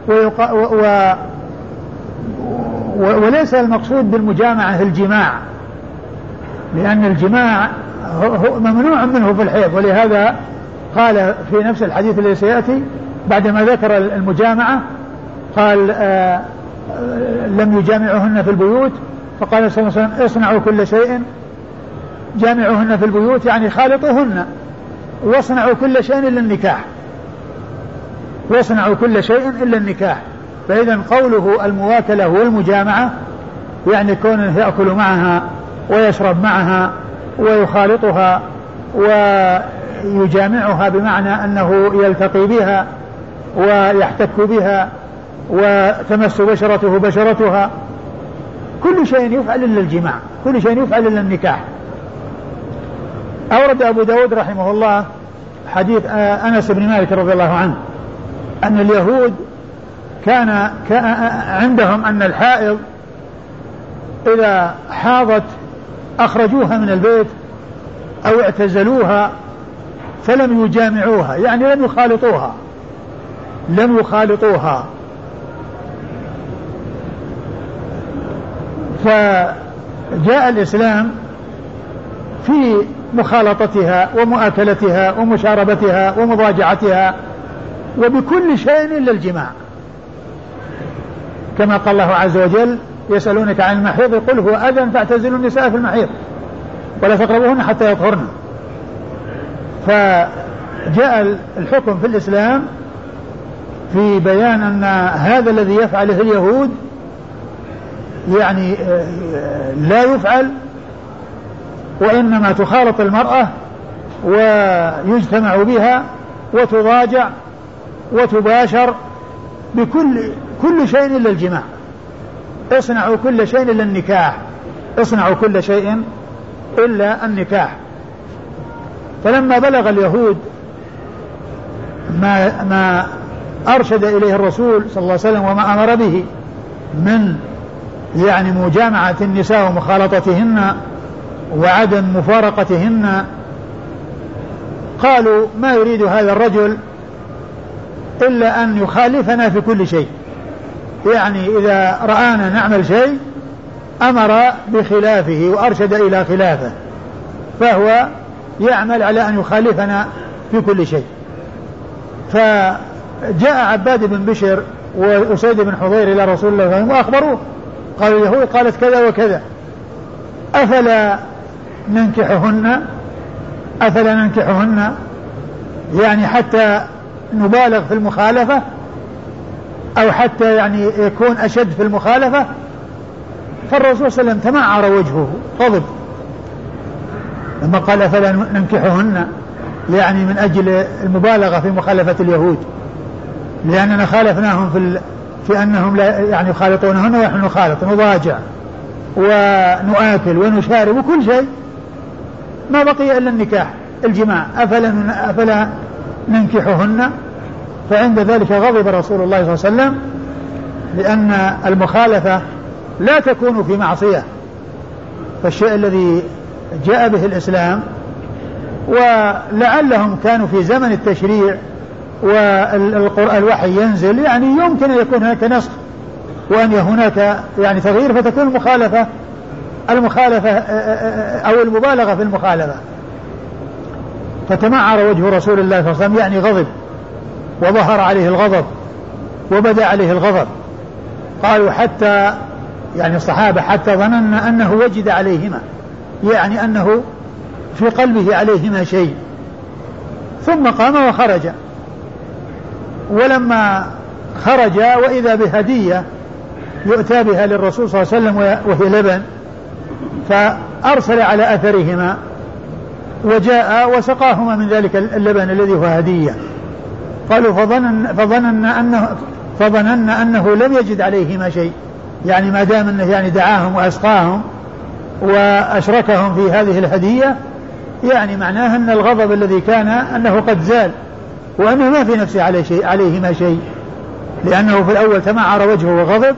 وليس المقصود بالمجامعة الجماع، لأن الجماع هو ممنوع منه في الحيض، ولهذا قال في نفس الحديث الذي سيأتي بعدما ذكر المجامعة قال لم يجامعهن في البيوت، فقال صلى الله عليه وسلم اصنعوا كل شيء، جامعوهن في البيوت يعني خالطوهن، واصنعوا كل شيء إلا النكاح، واصنعوا كل شيء إلا النكاح. فإذا قوله المواكلة والمجامعة يعني كونه يأكل معها ويشرب معها ويخالطها ويجامعها، بمعنى أنه يلتقي بها ويحتك بها وتمس بشرته بشرتها، كل شيء يفعل إلا الجماع، كل شيء يفعل إلا النكاح. أورد أبو داود رحمه الله حديث أنس بن مالك رضي الله عنه أن اليهود كان عندهم أن الحائض إذا حاضت أخرجوها من البيت أو اعتزلوها فلم يجامعوها، يعني لم يخالطوها. فجاء الإسلام في مخالطتها ومؤاكلتها ومشاربتها ومضاجعتها وبكل شيء إلا الجماع، كما قال الله عز وجل يسألونك عن المحيض قل هو أذى فاعتزلوا النساء في المحيض ولا تقربوهن حتى يطهرن. فجاء الحكم في الإسلام في بيان أن هذا الذي يفعله اليهود يعني لا يفعل، وإنما تخالط المرأة ويجتمع بها وتضاجع وتباشر بكل شيء إلا الجماع. اصنعوا كل شيء إلا النكاح، اصنعوا كل شيء إلا النكاح. فلما بلغ اليهود ما أرشد إليه الرسول صلى الله عليه وسلم وما أمر به من يعني مجامعة النساء ومخالطتهن وعدم مفارقتهن، قالوا ما يريد هذا الرجل إلا أن يخالفنا في كل شيء، يعني إذا رآنا نعمل شيء أمر بخلافه وأرشد إلى خلافه، فهو يعمل على أن يخالفنا في كل شيء. فجاء عباد بن بشر وأسيد بن حضير إلى رسول الله صلى الله عليه وسلم وأخبروه، قالوا اليهود قالت كذا وكذا، أفلا ننكحهن يعني حتى نبالغ في المخالفة أو حتى يعني يكون أشد في المخالفة. فالرسول صلى الله عليه وسلم تمعر وجهه غضب لما قال أفلا ننكحهن، يعني من أجل المبالغة في مخالفة اليهود، لأننا خالفناهم في أنهم لا يعني يخالطونهن ونحن نخالط نضاجع ونؤكل ونشارب وكل شيء، ما بقي إلا النكاح الجماع، أفلا ننكحهن. فعند ذلك غضب رسول الله صلى الله عليه وسلم، لأن المخالفة لا تكون في معصية، فالشيء الذي جاء به الإسلام، ولعلهم كانوا في زمن التشريع والوحي ينزل يعني يمكن أن يكون هناك نسخ وأن هناك يعني تغيير فتكون المخالفة أو المبالغة في المخالفة. فتمعر وجه رسول الله صلى الله عليه وسلم يعني غضب، وظهر عليه الغضب وبدأ عليه الغضب. قالوا حتى يعني الصحابة حتى ظننا أنه وجد عليهما، يعني أنه في قلبه عليهما شيء، ثم قام وخرج. ولما خرج وإذا بهدية يؤتى بها للرسول صلى الله عليه وسلم وهي لبن، فأرسل على أثرهما وجاء وسقاهما من ذلك اللبن الذي هو هدية. قالوا فظننا أنه لم يجد عليهما شيء، يعني ما دام أنه يعني دعاهم وأسقاهم وأشركهم في هذه الهدية، يعني معناه أن الغضب الذي كان أنه قد زال، وأنه ما في نفسه عليهما شيء، لأنه في الأول تمعر وجهه وغضب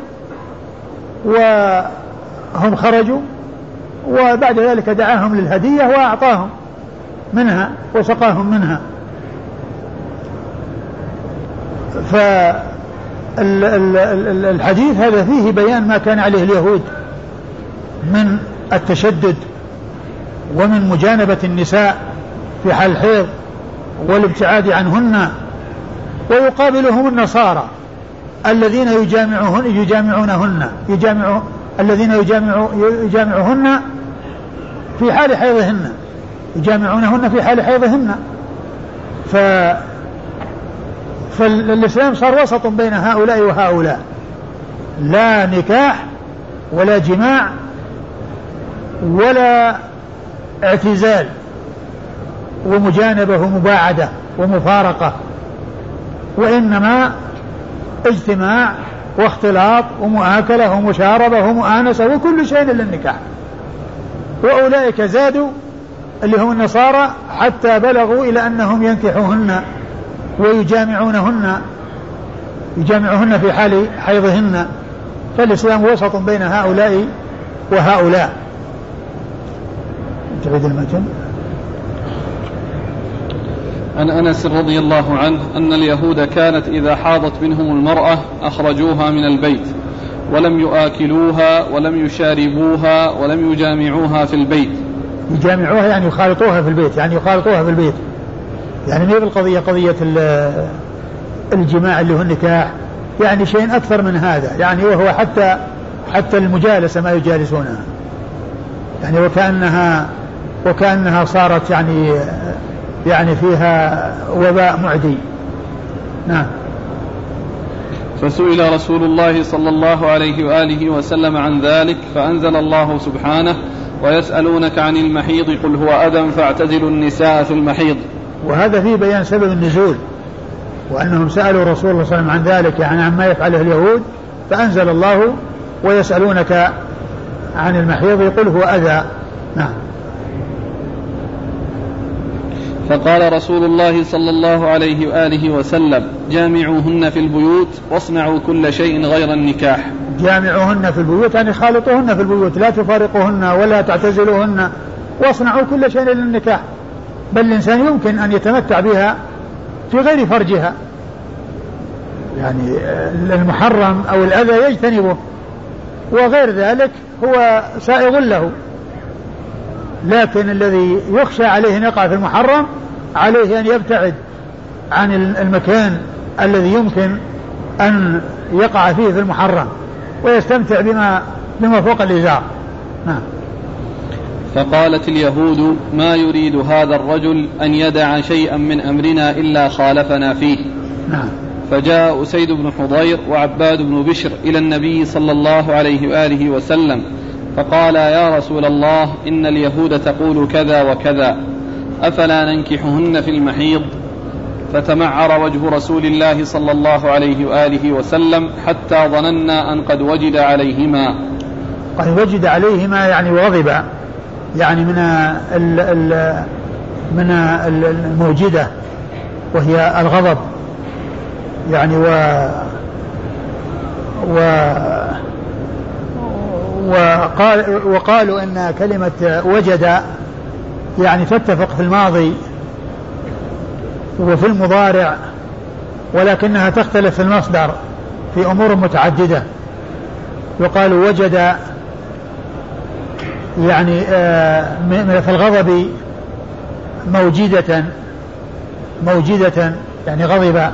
وهم خرجوا، وبعد ذلك دعاهم للهدية وأعطاهم منها وسقاهم منها. الحديث هذا فيه بيان ما كان عليه اليهود من التشدد ومن مجانبة النساء في حال الحيض والابتعاد عنهن، ويقابلهم النصارى الذين يجامعهن في حال حيضهن، يجامعونهن في حال حيضهن. فالإسلام صار وسط بين هؤلاء وهؤلاء، لا نكاح ولا جماع ولا اعتزال ومجانبة ومباعدة ومفارقة، وإنما اجتماع واختلاط ومؤاكلة ومشاربة ومؤانسة وكل شيء إلا النكاح. وأولئك زادوا اللي هم النصارى حتى بلغوا إلى أنهم ينكحوهن ويجامعونهن في حال حيضهن. فالإسلام وسط بين هؤلاء وهؤلاء. تعيد المتن. عن أنس رضي الله عنه أن اليهود كانت إذا حاضت منهم المرأة أخرجوها من البيت ولم يؤكلوها ولم يشاربوها ولم يجامعوها في البيت. يجامعوها يعني يخالطوها في البيت، يعني ما بالقضية قضية الجماع اللي هو النكاح، يعني شيء أكثر من هذا، يعني وهو حتى المجالسة ما يجالسونها، يعني وكأنها صارت يعني فيها وباء معدي. نعم. فسئل رسول الله صلى الله عليه وآله وسلم عن ذلك فأنزل الله سبحانه ويسألونك عن المحيض قل هو أذى فاعتزلوا النساء في المحيض. وهذا فيه بيان سبب النزول، وأنهم سألوا رسول الله صلى الله عليه وسلم عن ذلك، يعني عما يفعله اليهود، فأنزل الله ويسألونك عن المحيض قل هو أذى. نعم. فقال رسول الله صلى الله عليه وآله وسلم جامعوهن في البيوت واصنعوا كل شيء غير النكاح. جامعوهن في البيوت يعني خالطوهن في البيوت، لا تفارقوهن ولا تعتزلوهن، واصنعوا كل شيء للنكاح. بل الإنسان يمكن أن يتمتع بها في غير فرجها، يعني المحرم أو الأذى يجتنبه، وغير ذلك هو سائغ له. لكن الذي يخشى عليه أن يقع في المحرم عليه أن يبتعد عن المكان الذي يمكن أن يقع فيه في المحرم ويستمتع بما فوق الإزار. نعم. فقالت اليهود ما يريد هذا الرجل أن يدع شيئا من أمرنا إلا خالفنا فيه. نعم. فجاء أسيد بن حضير وعباد بن بشر إلى النبي صلى الله عليه وآله وسلم فقال يا رسول الله إن اليهود تقول كذا وكذا أفلا ننكحهن في المحيض؟ فتمعر وجه رسول الله صلى الله عليه وآله وسلم حتى ظننا أن قد وجد عليهما. قد وجد عليهما يعني وغضب، يعني من الموجدة وهي الغضب، يعني وقالوا أن كلمة وجد يعني تتفق في الماضي وفي المضارع، ولكنها تختلف في المصدر في أمور متعددة. يقال وجد يعني في الغضب موجدة يعني غضب،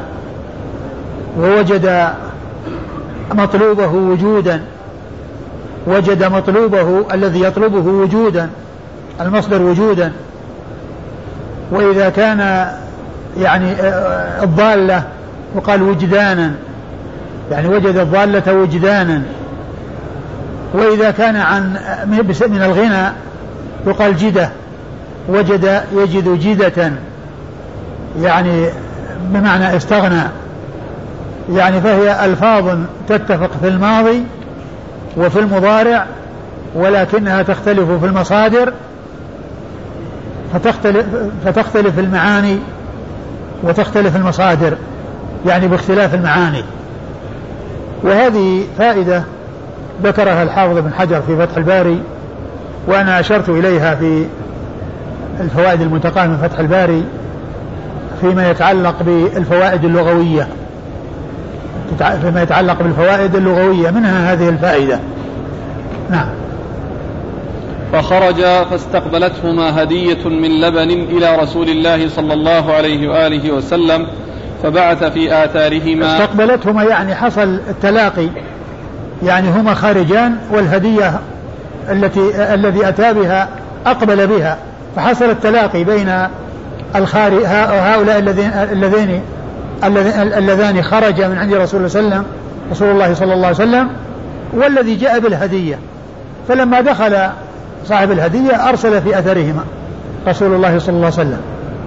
ووجد مطلوبه وجودا، وجد مطلوبه الذي يطلبه وجودا، المصدر وجودا. وإذا كان يعني الضالة يقال وجدانا، يعني وجد الضالة وجدانا. وإذا كان من الغنى يقال جدة، وجد يجد جدة، يعني بمعنى استغنى. يعني فهي ألفاظ تتفق في الماضي وفي المضارع، ولكنها تختلف في المصادر، فتختلف المعاني وتختلف المصادر، يعني باختلاف المعاني. وهذه فائدة ذكرها الحافظ ابن حجر في فتح الباري، وأنا أشرت إليها في الفوائد المنتقاة من فتح الباري فيما يتعلق بالفوائد اللغوية. فيما يتعلق بالفوائد اللغوية، منها هذه الفائدة. نعم. فخرج فاستقبلتهما هدية من لبن إلى رسول الله صلى الله عليه وآله وسلم فبعث في آثارهما. استقبلتهما يعني حصل التلاقي، يعني هما خارجان والهدية الذي أتى بها أقبل بها، فحصل التلاقي بين هؤلاء اللذان خرج من عند رسول الله صلى الله عليه وسلم والذي جاء بالهدية. فلما دخل صاحب الهدية أرسل في أثرهما رسول الله صلى الله عليه وسلم،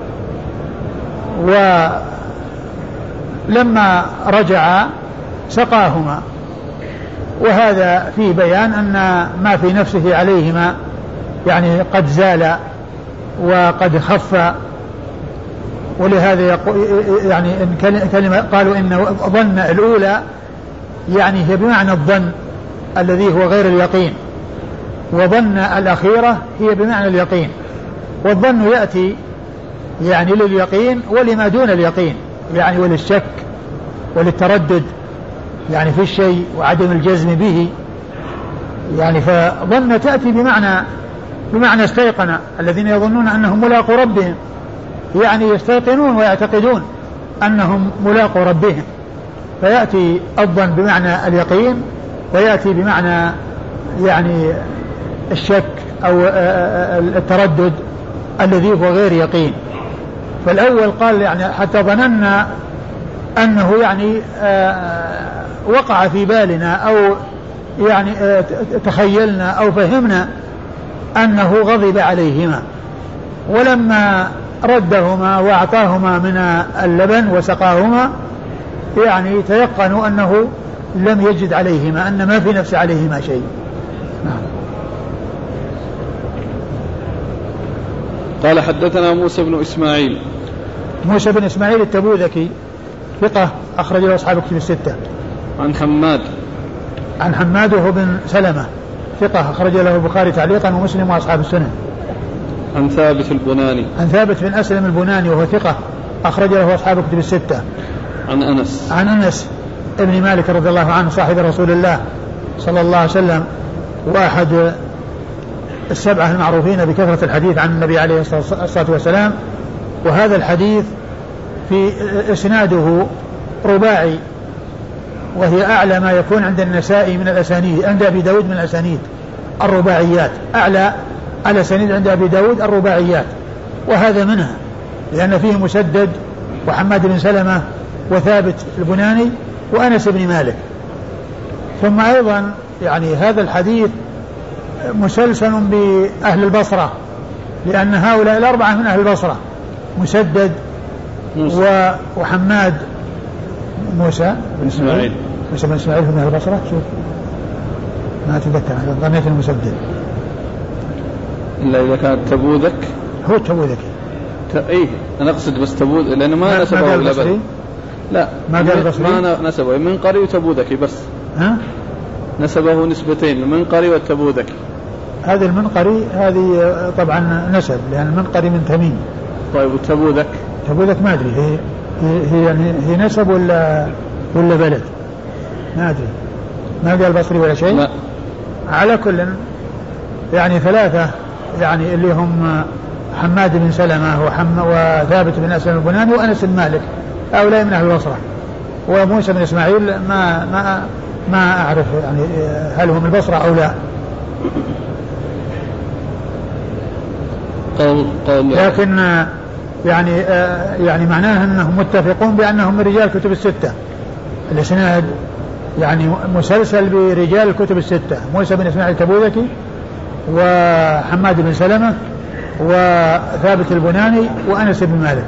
ولما رجع سقاهما. وهذا فيه بيان أن ما في نفسه عليهما يعني قد زال وقد خف. ولهذا يعني إن كلمة قالوا إن ظن الأولى يعني هي بمعنى الظن الذي هو غير اليقين، وظن الأخيرة هي بمعنى اليقين. والظن يأتي يعني لليقين ولما دون اليقين، يعني وللشك وللتردد يعني في الشيء وعدم الجزم به. يعني فظن تأتي بمعنى استيقن، الذين يظنون أنهم ملاقوا ربهم، يعني يستيقنون ويعتقدون أنهم ملاقوا ربهم، فيأتي الظن بمعنى اليقين، ويأتي بمعنى يعني الشك أو التردد الذي هو غير يقين. فالأول قال يعني حتى ظننا أنه يعني وقع في بالنا أو يعني تخيلنا أو فهمنا أنه غضب عليهما، ولما ردهما وأعطاهما من اللبن وسقاهما يعني تيقنوا أنه لم يجد عليهما، أن ما في نفس عليهما شيء. نعم. قال حدثنا موسى بن إسماعيل التبوذكي ثقة أخرج له أصحاب كتب الستة. عن حماد وهو بن سلمة ثقة أخرج له البخاري تعليقا ومسلم وأصحاب السنن. عن ثابت بن أسلم البناني وهو ثقة أخرج له أصحاب كتب الستة. عن أنس ابن مالك رضي الله عنه صاحب رسول الله صلى الله عليه وسلم، وأحد السبعة المعروفين بكثرة الحديث عن النبي عليه الصلاة والسلام. وهذا الحديث في إسناده رباعي، وهي أعلى ما يكون عند النسائي من الأسانيد، عند أبي داود من الأسانيد الرباعيات، أعلى الأسانيد عند أبي داود الرباعيات، وهذا منها، لأن فيه مسدد وحماد بن سلمة وثابت البناني وأنس بن مالك. ثم أيضا يعني هذا الحديث مسلسل بأهل البصرة، لأن هؤلاء الأربعة من أهل البصرة، مسدد وحماد موسى بن إسماعيل من أهل البصرة. شوف ما أتذكر، ظنيت المسدد إلا إذا كانت تبوذك، هو تبوذكي. إيه أنا أقصد بس تبوذ، لأنه ما نسبه لبن. لا ما قال البصري، ما نسبه المنقري وتبوذكي بس. ها نسبه نسبتين، المنقري والتبوذكي. هذه المنقري هذه طبعا نسب، لأن المنقري من تميم. طيب والتبوذك؟ تبوذك ما أدري هي نسب ولا بلد، ما أدري، ما قال البصري ولا شيء. لا. على كل يعني ثلاثة، يعني اللي هم حماد بن سلمة وثابت بن أسلم البناني وأنس بن مالك، هؤلاء من أهل البصرة. وموسى بن إسماعيل ما أعرف يعني هل هم البصرة أو لا. لكن يعني معناه أنهم متفقون بأنهم من رجال كتب الستة. الإسناد يعني مسلسل برجال الكتب الستة، موسى بن إسماعيل التبوذكي وحماد بن سلمة وثابت البناني وأنس بن مالك.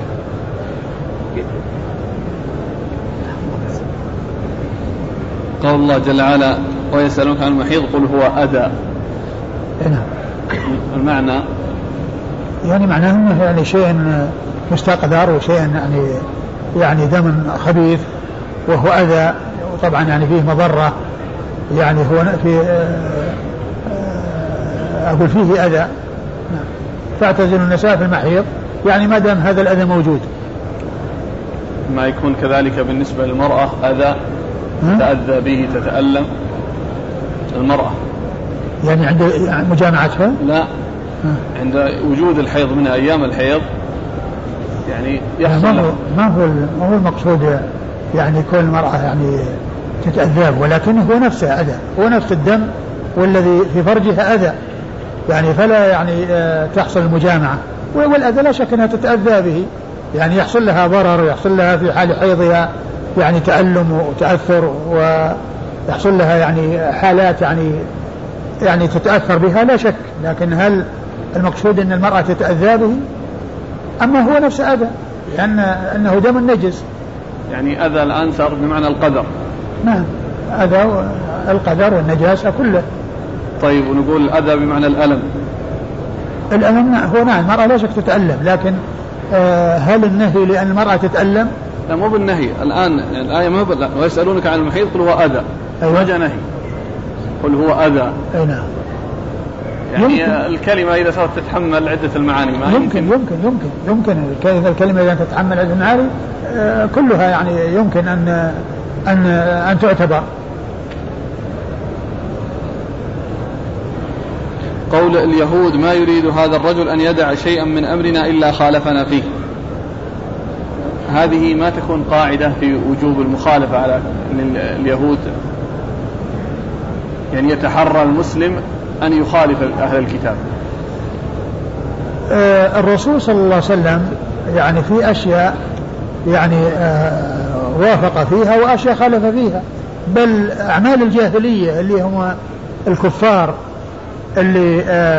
قال الله جل وعلا ويسألونك عن المحيض قل هو أذى. المعنى يعني معناه انه يعني شيء مستقذر وشيء يعني دم خبيث وهو أذى، وطبعا يعني فيه مضرة، يعني هو أقول فيه أذى. فاعتزل النساء في المحيض، يعني ما دام هذا الأذى موجود. ما يكون كذلك بالنسبة للمرأة أذى؟ تتأذى به تتألم المرأة يعني عند مجامعتها؟ لا، عند وجود الحيض من أيام الحيض يعني يحصل ما هو المقصود يعني كل المرأة يعني تتأذى، ولكن هو نفسه أذى، هو نفس الدم والذي في فرجها أذى يعني، فلا يعني تحصل المجامعة، والأذى لا شك أنها تتأذى به يعني، يحصل لها ضرر ويحصل لها في حال حيضها يعني تألم وتأثر، ويحصل لها يعني حالات يعني تتأثر بها لا شك، لكن هل المقصود أن المرأة تتأذى به؟ أما هو نفس أذى لأن أنه دم النجس يعني أذى الآن صار بمعنى القدر. نعم، أذى القدر والنجاسة كله. طيب، ونقول أذى بمعنى الألم. الألم هو نعم المرأة لا شك تتألم، لكن هل النهي لأن المرأة تتألم؟ لا، مو بالنهي الآن الآية ما ويسألونك عن المحيض قل هو أذى. أيوة. ما جاء نهي، قل هو أذى. أي نعم. يعني يمكن. الكلمة إذا صارت تتحمل عدة المعاني ما يمكن الكلمة إذا تتحمل عدة المعاني كلها يعني يمكن أن تعتبر. قول اليهود ما يريد هذا الرجل أن يدع شيئا من أمرنا إلا خالفنا فيه، هذه ما تكون قاعدة في وجوب المخالفة على اليهود، يعني يتحرى المسلم أن يخالف أهل الكتاب. الرسول صلى الله عليه وسلم يعني في أشياء يعني وافق فيها وأشياء خالف فيها، بل أعمال الجاهلية اللي هم الكفار اللي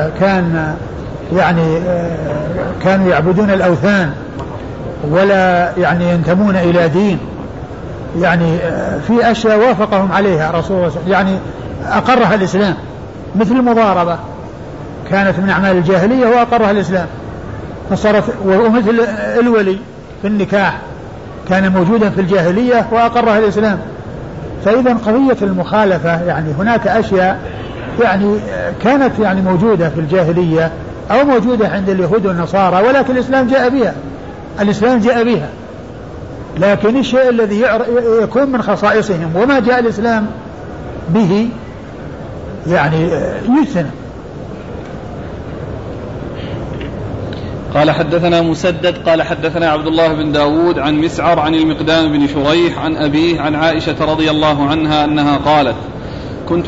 كانوا يعبدون الأوثان ولا يعني ينتمون إلى دين، يعني في أشياء وافقهم عليها رسول الله يعني أقرها الإسلام، مثل المضاربة كانت من أعمال الجاهلية وأقرها الإسلام فصارت، ومثل الولي في النكاح كان موجودا في الجاهلية وأقرها الإسلام. فإذا قضية المخالفة يعني هناك أشياء يعني كانت يعني موجودة في الجاهلية أو موجودة عند اليهود والنصارى، ولكن الإسلام جاء بها، لكن الشيء الذي يكون من خصائصهم وما جاء الإسلام به يعني يجتنب. قال حدثنا مسدد قال حدثنا عبد الله بن داود عن مسعر عن المقدام بن شريح عن أبيه عن عائشة رضي الله عنها أنها قالت كنت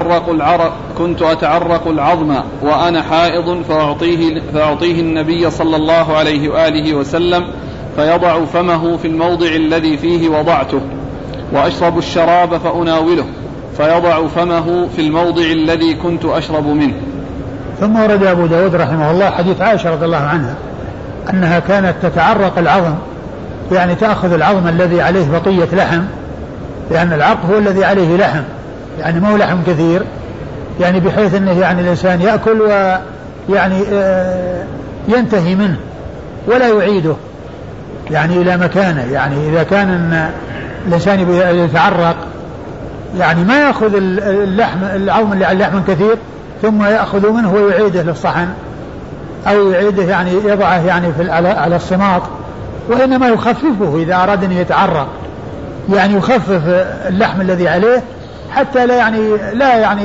أتعرق العظم وأنا حائض فأعطيه النبي صلى الله عليه وآله وسلم فيضع فمه في الموضع الذي فيه وضعته، وأشرب الشراب فأناوله فيضع فمه في الموضع الذي كنت أشرب منه. ثم ورد أبو داود رحمه الله حديث عائشة رضي الله عنها أنها كانت تتعرق العظم، يعني تأخذ العظم الذي عليه بقية لحم، لأن العرق هو الذي عليه لحم يعني ما هو لحم كثير، يعني بحيث أنه يعني الإنسان يأكل ويعني ينتهي منه ولا يعيده يعني إلى مكانه. يعني إذا كان إن الإنسان يتعرق يعني ما يأخذ العظم اللي على لحم كثير ثم يأخذ منه ويعيده للصحن أو يعيده يعني يضعه يعني على الصماط، وإنما يخففه إذا أراد أن يتعرق، يعني يخفف اللحم الذي عليه حتى لا يعني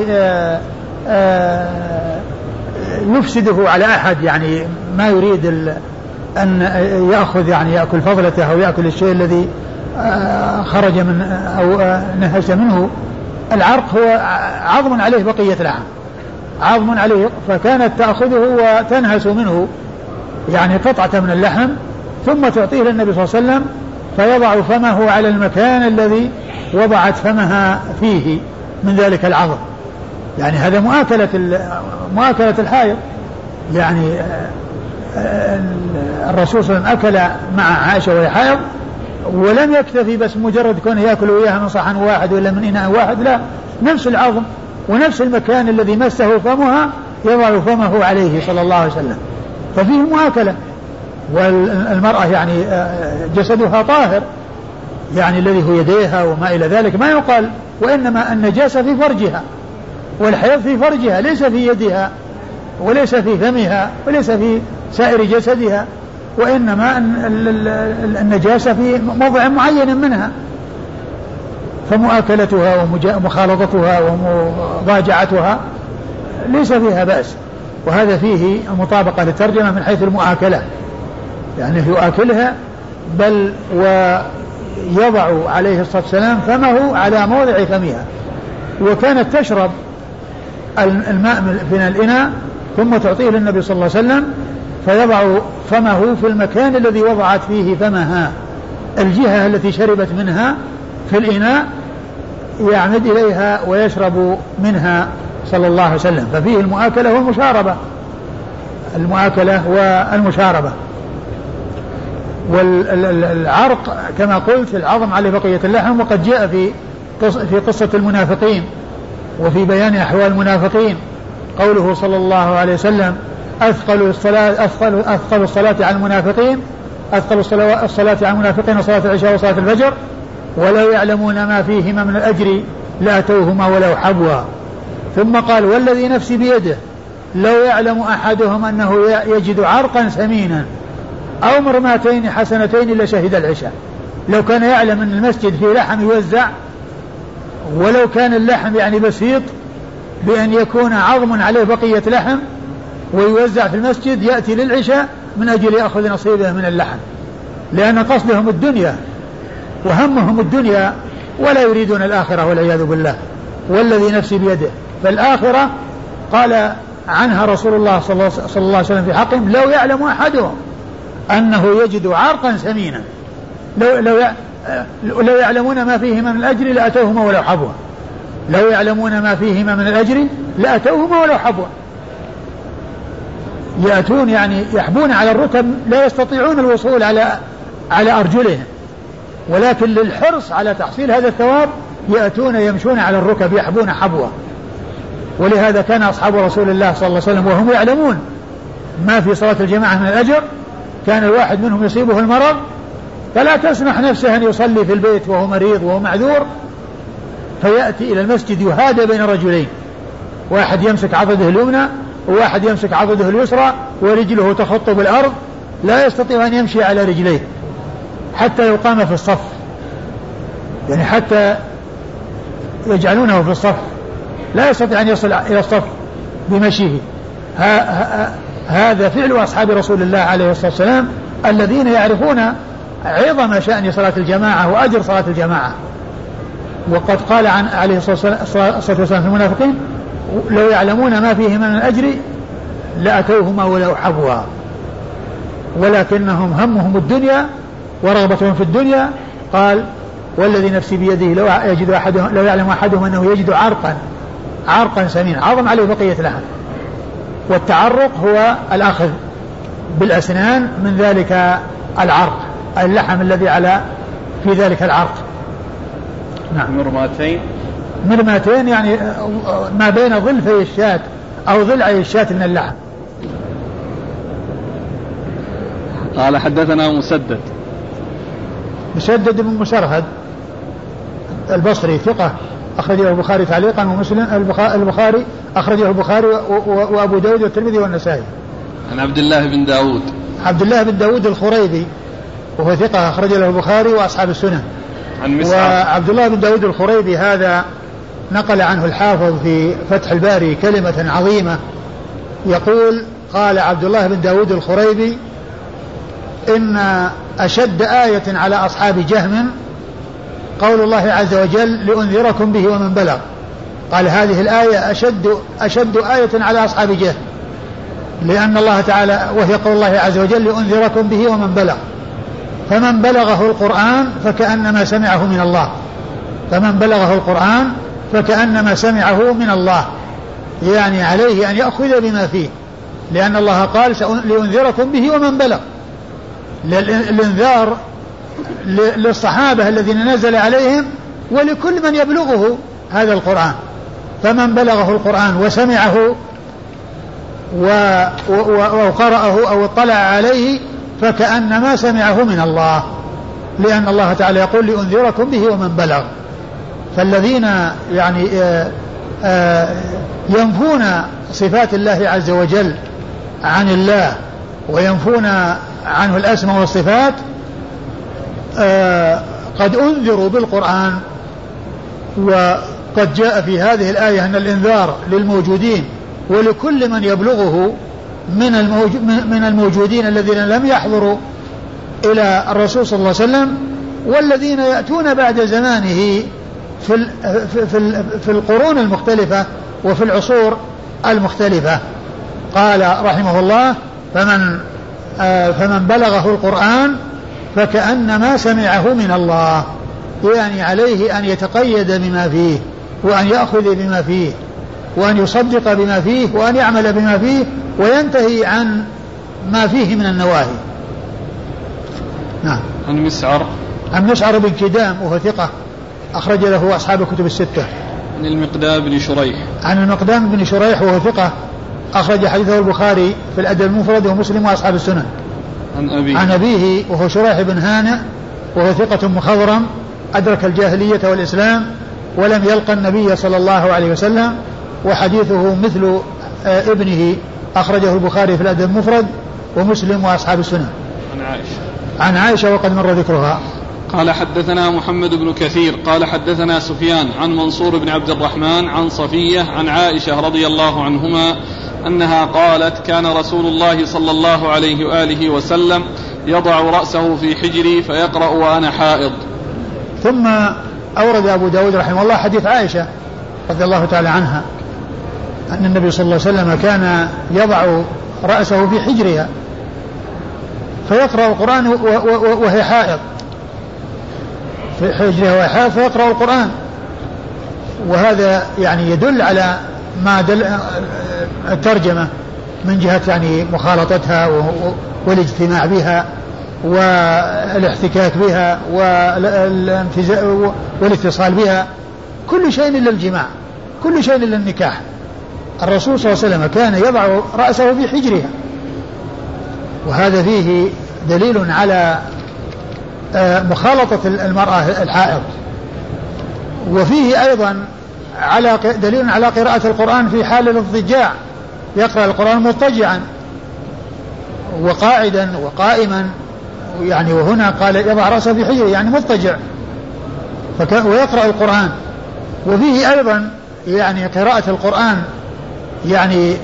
يفسده على أحد، يعني ما يريد أن يأخذ يعني يأكل فضلته أو يأكل الشيء الذي خرج من أو نهش منه. العرق هو عظم عليه بقية لحم، عظم عليه، فكانت تأخذه وتنهس منه يعني قطعة من اللحم ثم تعطيه للنبي صلى الله عليه وسلم فيضع فمه على المكان الذي وضعت فمها فيه من ذلك العظم. يعني هذا مؤاكلة الحائض. يعني الرسول صلى الله عليه وسلم أكل مع عائشة وهي حائض ولم يكتفي بس مجرد كونه يأكل وياها من صحن واحد ولا من إناء واحد، لا، نفس العظم ونفس المكان الذي مسه فمها يضع فمه عليه صلى الله عليه وسلم، ففيه مؤاكلة. والمرأة يعني جسدها طاهر يعني الذي هو يديها وما إلى ذلك ما يقال، وإنما النجاسة في فرجها والحيض في فرجها ليس في يدها وليس في فمها وليس في سائر جسدها، وإنما النجاسة في موضع معين منها. فمؤاكلتها ومخالطتها ومضاجعتها ليس فيها بأس، وهذا فيه مطابقة للترجمة من حيث المؤاكلة، يعني يؤكلها بل ويضع عليه الصلاة والسلام فمه على موضع فمها، وكانت تشرب الماء من الإناء ثم تعطيه للنبي صلى الله عليه وسلم فيضع فمه في المكان الذي وضعت فيه فمها، الجهة التي شربت منها في الإناء يعمد إليها ويشرب منها صلى الله عليه وسلم. ففيه المؤاكلة والمشاربة، المؤاكلة والمشاربة. والعرق كما قلت العظم على بقية اللحم، وقد جاء في قصة المنافقين وفي بيان أحوال المنافقين قوله صلى الله عليه وسلم أثقل الصلاة على المنافقين وصلاة العشاء وصلاة الفجر ولو يعلمون ما فيهما من الأجر لأتوهما ولو حبوا. ثم قال والذي نفسي بيده لو يعلم أحدهم أنه يجد عرقا سمينا أو مرماتين حسنتين لشهد العشاء. لو كان يعلم أن المسجد فيه لحم يوزع، ولو كان اللحم يعني بسيط بأن يكون عظم عليه بقية لحم ويوزع في المسجد، يأتي للعشاء من أجل يأخذ نصيبه من اللحم، لأن قصدهم الدنيا وهمهم الدنيا ولا يريدون الآخرة والعياذ بالله. والذي نفسي بيده، فالآخرة قال عنها رسول الله صلى الله عليه وسلم في حقهم لو يعلم أحدهم أنه يجد عرقا سمينا لو يعلمون ما فيهما من الأجر لأتوهما ولو حبوا. لو يعلمون ما فيهما من الأجر لأتوهما ولو حبوا. يأتون يعني يحبون على الركب، لا يستطيعون الوصول على أرجلهم، ولكن للحرص على تحصيل هذا الثواب يأتون يمشون على الركب يحبون حبوة. ولهذا كان أصحاب رسول الله صلى الله عليه وسلم وهم يعلمون ما في صلاة الجماعة من الأجر، كان الواحد منهم يصيبه المرض فلا تسمح نفسه أن يصلي في البيت وهو مريض وهو معذور، فيأتي إلى المسجد يهادى بين رجلين، واحد يمسك عضده اليمنى وواحد يمسك عضده اليسرى ورجله تخط بالأرض، لا يستطيع أن يمشي على رجليه حتى يقام في الصف، يعني حتى يجعلونه في الصف لا يستطيع أن يصل إلى الصف بمشيه. هذا فعل أصحاب رسول الله عليه الصلاة والسلام الذين يعرفون عظم شأن صلاة الجماعة وأجر صلاة الجماعة. وقد قال عن عليه الصلاة والسلام في المنافقين لو يعلمون ما فيهما من الأجر لأتوهما ولو حبوا، ولكنهم همهم الدنيا ورغبتهم في الدنيا. قال والذي نفسي بيده لو يعلم أحدهم أنه يجد عرقا سمين، عظم عليه بقية لحم. والتعرق هو الأخذ بالأسنان من ذلك العرق، اللحم الذي في ذلك العرق. نعم. مرماتين يعني ما بين ظلفي الشاة أو ضلعي الشاة من اللحم. قال حدثنا مسدد بن مسرهد البصري ثقة أخرجه البخاري تعليقا ومسلم. البخاري أخرجه البخاري وأبو داود والترمذي والنسائي. عن عبد الله بن داود الخريبي وهو ثقة أخرج له البخاري وأصحاب السنن. وعبد الله بن داود الخريبي هذا نقل عنه الحافظ في فتح الباري كلمة عظيمة، يقول قال عبد الله بن داود الخريبي إن أشد آية على أصحاب جهم قول الله عز وجل لأنذركم به ومن بلغ. قال هذه الآية أشد آية على أصحاب جهم، لأن الله تعالى وهي قول الله عز وجل لأنذركم به ومن بلغ، فمن بلغه القرآن فكأنما سمعه من الله، فمن بلغه القرآن فكأنما سمعه من الله، يعني عليه أن يأخذ بما فيه، لأن الله قال لأنذركم به ومن بلغ، الانذار للصحابة الذين نزل عليهم ولكل من يبلغه هذا القرآن. فمن بلغه القرآن وسمعه وقرأه أو اطلع عليه فكأنما سمعه من الله، لأن الله تعالى يقول لأنذركم به ومن بلغ. فالذين يعني ينفون صفات الله عز وجل عن الله وينفون عنه الأسماء والصفات قد أنذروا بالقرآن وقد جاء في هذه الآية أن الإنذار للموجودين ولكل من يبلغه من الموجودين الذين لم يحضروا إلى الرسول صلى الله عليه وسلم والذين يأتون بعد زمانه في القرون المختلفة وفي العصور المختلفة. قال رحمه الله فمن بلغه القرآن فكأنما سمعه من الله، يعني عليه أن يتقيد بما فيه وأن يأخذ بما فيه وأن يصدق بما فيه وأن يعمل بما فيه وينتهي عن ما فيه من النواهي. نعم. عن مسعر بن كدام وهو ثقة أخرج له أصحاب الكتب الستة. عن المقدام بن شريح وهو ثقة أخرج حديثه البخاري في الأدب المفرد ومسلم وأصحاب السنن. عن أبيه وهو شريح بن هانئ وهو ثقة مخضرم أدرك الجاهلية والإسلام ولم يلقى النبي صلى الله عليه وسلم، وحديثه مثل ابنه أخرجه البخاري في الأدب المفرد ومسلم وأصحاب السنن. عن عائشة وقد مر ذكرها. قال حدثنا محمد بن كثير قال حدثنا سفيان عن منصور بن عبد الرحمن عن صفية عن عائشة رضي الله عنهما أنها قالت كان رسول الله صلى الله عليه وآله وسلم يضع رأسه في حجري فيقرأ وأنا حائض. ثم أورد أبو داود رحمه الله حديث عائشة رضي الله تعالى عنها أن النبي صلى الله عليه وسلم كان يضع رأسه في حجرها فيقرأ القرآن وهي حائض، في حجرها وهي حائض فيقرأ القرآن. وهذا يعني يدل على ما دل الترجمة من جهة يعني مخالطتها والاجتماع بها والاحتكاك بها والاتصال بها، كل شيء إلا الجماع، كل شيء إلا النكاح. الرسول صلى الله عليه وسلم كان يضع رأسه في حجرها، وهذا فيه دليل على مخالطة المرأة الحائض، وفيه أيضا دليل على قراءة القرآن في حال الاضطجاع، يقرأ القرآن مضطجعا وقاعدا وقائما، يعني وهنا قال يضع رأسه في حجره يعني مضطجع ويقرأ القرآن. وفيه أيضا يعني قراءة القرآن يعني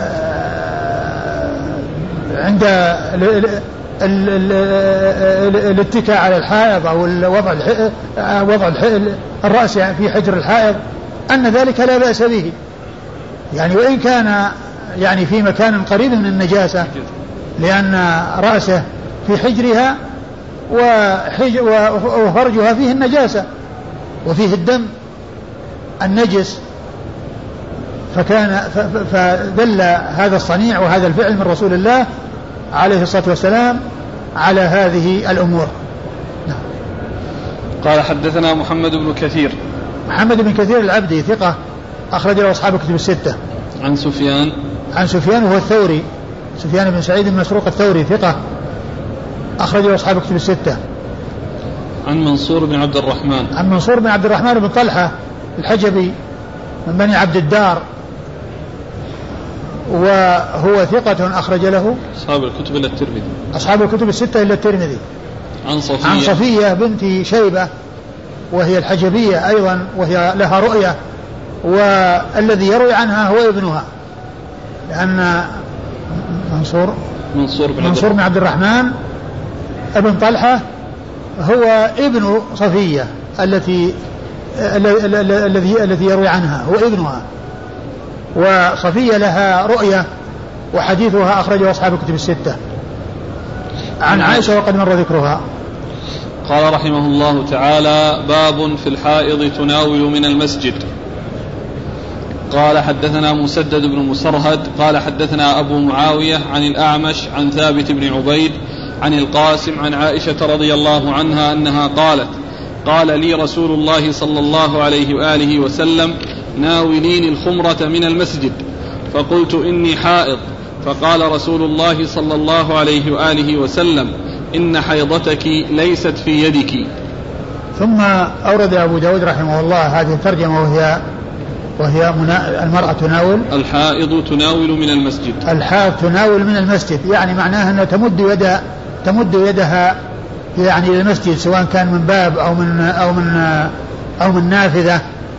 عند الاتكاء على الحائض أو وضع الرأس في حجر الحائض أن ذلك لا بأس به، يعني وإن كان يعني في مكان قريب من النجاسة، لأن رأسه في حجرها وفرجها فيه النجاسة وفيه الدم النجس، فدل هذا الصنيع وهذا الفعل من رسول الله عليه الصلاة والسلام على هذه الأمور. نعم. قال حدثنا محمد بن كثير العبدي ثقة أخرج له أصحاب الكتب الستة. عن سفيان وهو الثوري، سفيان بن سعيد بن مسروق الثوري ثقة أخرج له أصحاب الكتب الستة. عن منصور بن عبد الرحمن بن طلحة الحجبي من بني عبد الدار، وهو ثقة أخرج له أصحاب الكتب الستة إلا الترمذي. عن صفية بنت شيبة وهي الحجبية أيضا وهي لها رؤية، والذي يروي عنها هو ابنها، لأن منصور بن عبد الرحمن ابن طلحة هو ابن صفية الذي يروي عنها هو ابنها، وصفية لها رؤية وحديثها أخرجه أصحاب الكتب الستة. عن عائشة وقد مر ذكرها. قال رحمه الله تعالى: باب في الحائض تناول من المسجد. قال حدثنا مسدد بن مسرهد قال حدثنا أبو معاوية عن الأعمش عن ثابت بن عبيد عن القاسم عن عائشة رضي الله عنها أنها قالت: قال لي رسول الله صلى الله عليه وآله وسلم: ناوليني الخمرة من المسجد، فقلت: إني حائض، فقال رسول الله صلى الله عليه وآله وسلم: إن حيضتك ليست في يدك. ثم أورد أبو داود رحمه الله هذه الترجمة وهي المرأة تناول، الحائض تناول من المسجد، الحائض تناول من المسجد، يعني معناها أنها تمد يدها يعني إلى المسجد، سواء كان من باب أو من نافذة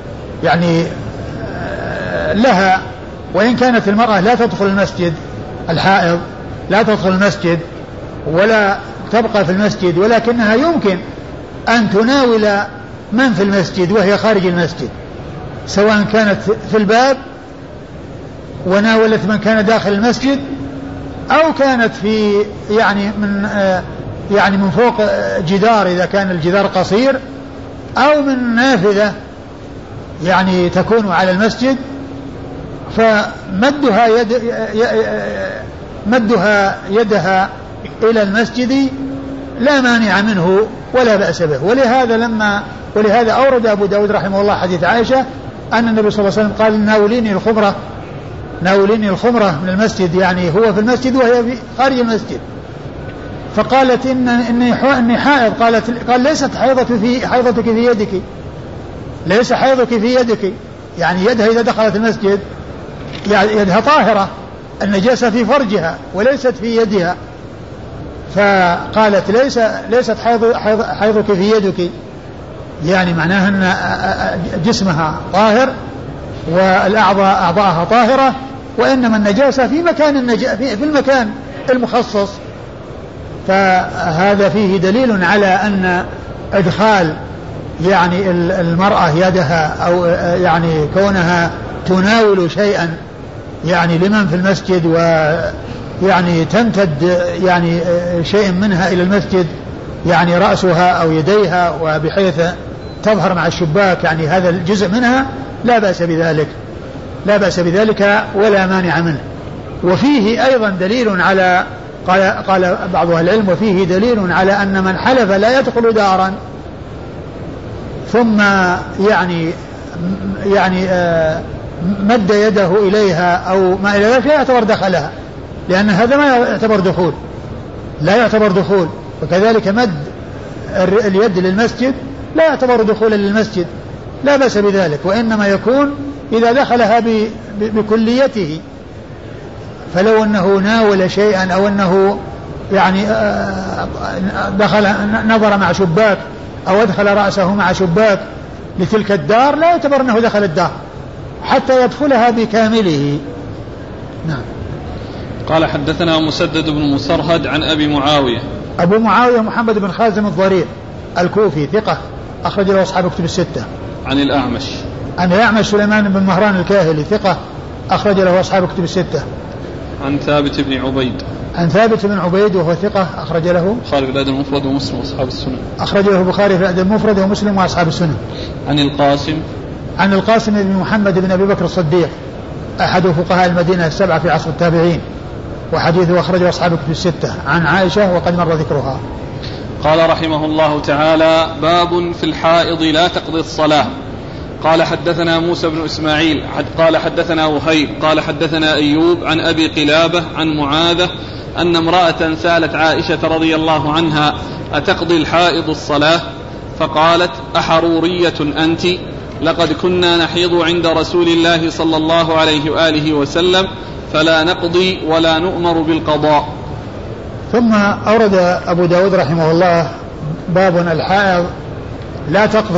يعني لها، وإن كانت المرأة لا تدخل المسجد، الحائض لا تدخل المسجد ولا تبقى في المسجد، ولكنها يمكن أن تناول من في المسجد وهي خارج المسجد، سواء كانت في الباب وناولت من كان داخل المسجد، أو كانت في يعني من فوق جدار إذا كان الجدار قصير، أو من نافذة يعني تكون على المسجد، مدها يدها إلى المسجد لا مانع منه ولا بأس به. ولهذا أورد أبو داود رحمه الله حديث عائشة أن النبي صلى الله عليه وسلم قال ناوليني الخمرة من المسجد، يعني هو في المسجد وهي في خارج المسجد، فقالت إني حائض، قال ليست حيضتك في يدك، ليس حيضك في يدك، يعني يدها إذا دخلت المسجد يعني يدها طاهرة، النجاسة في فرجها وليست في يدها، فقالت ليست حيضك في يدك، يعني معناها أن جسمها طاهر أعضاءها طاهرة، وإنما النجاسة في المكان المخصص. فهذا فيه دليل على أن إدخال يعني المرأة يدها أو يعني كونها تناول شيئا يعني لمن في المسجد ويعني تمتد يعني شيء منها إلى المسجد، يعني رأسها أو يديها، وبحيث تظهر مع الشباك، يعني هذا الجزء منها لا بأس بذلك ولا مانع منه. وفيه أيضا دليل على قال بعض أهل العلم وفيه دليل على أن من حلف لا يدخل دارا ثم يعني مد يده إليها أو ما إلى ذلك لا يعتبر دخلها، لأن هذا ما يعتبر دخول، لا يعتبر دخول. وكذلك مد اليد للمسجد لا يعتبر دخولا للمسجد، لا بأس بذلك، وإنما يكون إذا دخلها بكليته، فلو أنه ناول شيئا أو أنه يعني دخل نظر مع شباك أو أدخل رأسه مع شباك لتلك الدار لا يعتبر أنه دخل الدار حتى يدخلها بكامله. نعم. قال حدثنا مسدد بن مسرهد عن أبي معاوية. أبو معاوية محمد بن خازم الضرير الكوفي ثقة أخرج له أصحاب كتب الستة. عن الأعمش سليمان بن مهران الكاهلي ثقة أخرج له أصحاب كتب الستة. عن ثابت بن عبيد وهو ثقة أخرج له البخاري في الأدب المفرد ومسلم وأصحاب السنن. أخرج له البخاري في الأدب المفرد ومسلم وأصحاب السنن. عن القاسم بن محمد بن أبي بكر الصديق أحد فقهاء المدينة السبعة في عصر التابعين، وحديثه أخرجه أصحاب كتب الستة. عن عائشة وقد مر ذكرها. قال رحمه الله تعالى: باب في الحائض لا تقضي الصلاة. قال حدثنا موسى بن إسماعيل قال حدثنا وهيب قال حدثنا أيوب عن أبي قلابة عن معاذة أن امرأة سألت عائشة رضي الله عنها: أتقضي الحائض الصلاة؟ فقالت: أحرورية أنت؟ لقد كنا نحيض عند رسول الله صلى الله عليه وآله وسلم فلا نقضي ولا نؤمر بالقضاء. ثم أورد أبو داود رحمه الله باب الحائض لا تقضي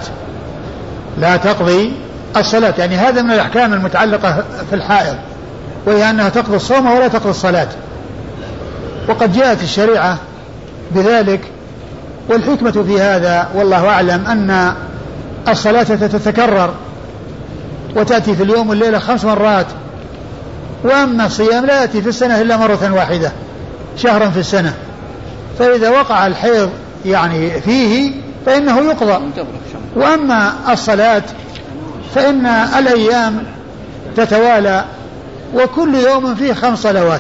الصلاة، يعني هذا من الأحكام المتعلقة في الحائض، وهي أنها تقضي الصوم ولا تقضي الصلاة. وقد جاءت الشريعة بذلك، والحكمة في هذا والله أعلم أن الصلاة تتكرر وتأتي في اليوم والليلة 5 مرات، وأما الصيام لا يأتي في السنة إلا مرة واحدة شهرا في السنة، فإذا وقع الحيض يعني فيه فإنه يقضى. وأما الصلاة فإن الأيام تتوالى وكل يوم فيه 5 صلوات،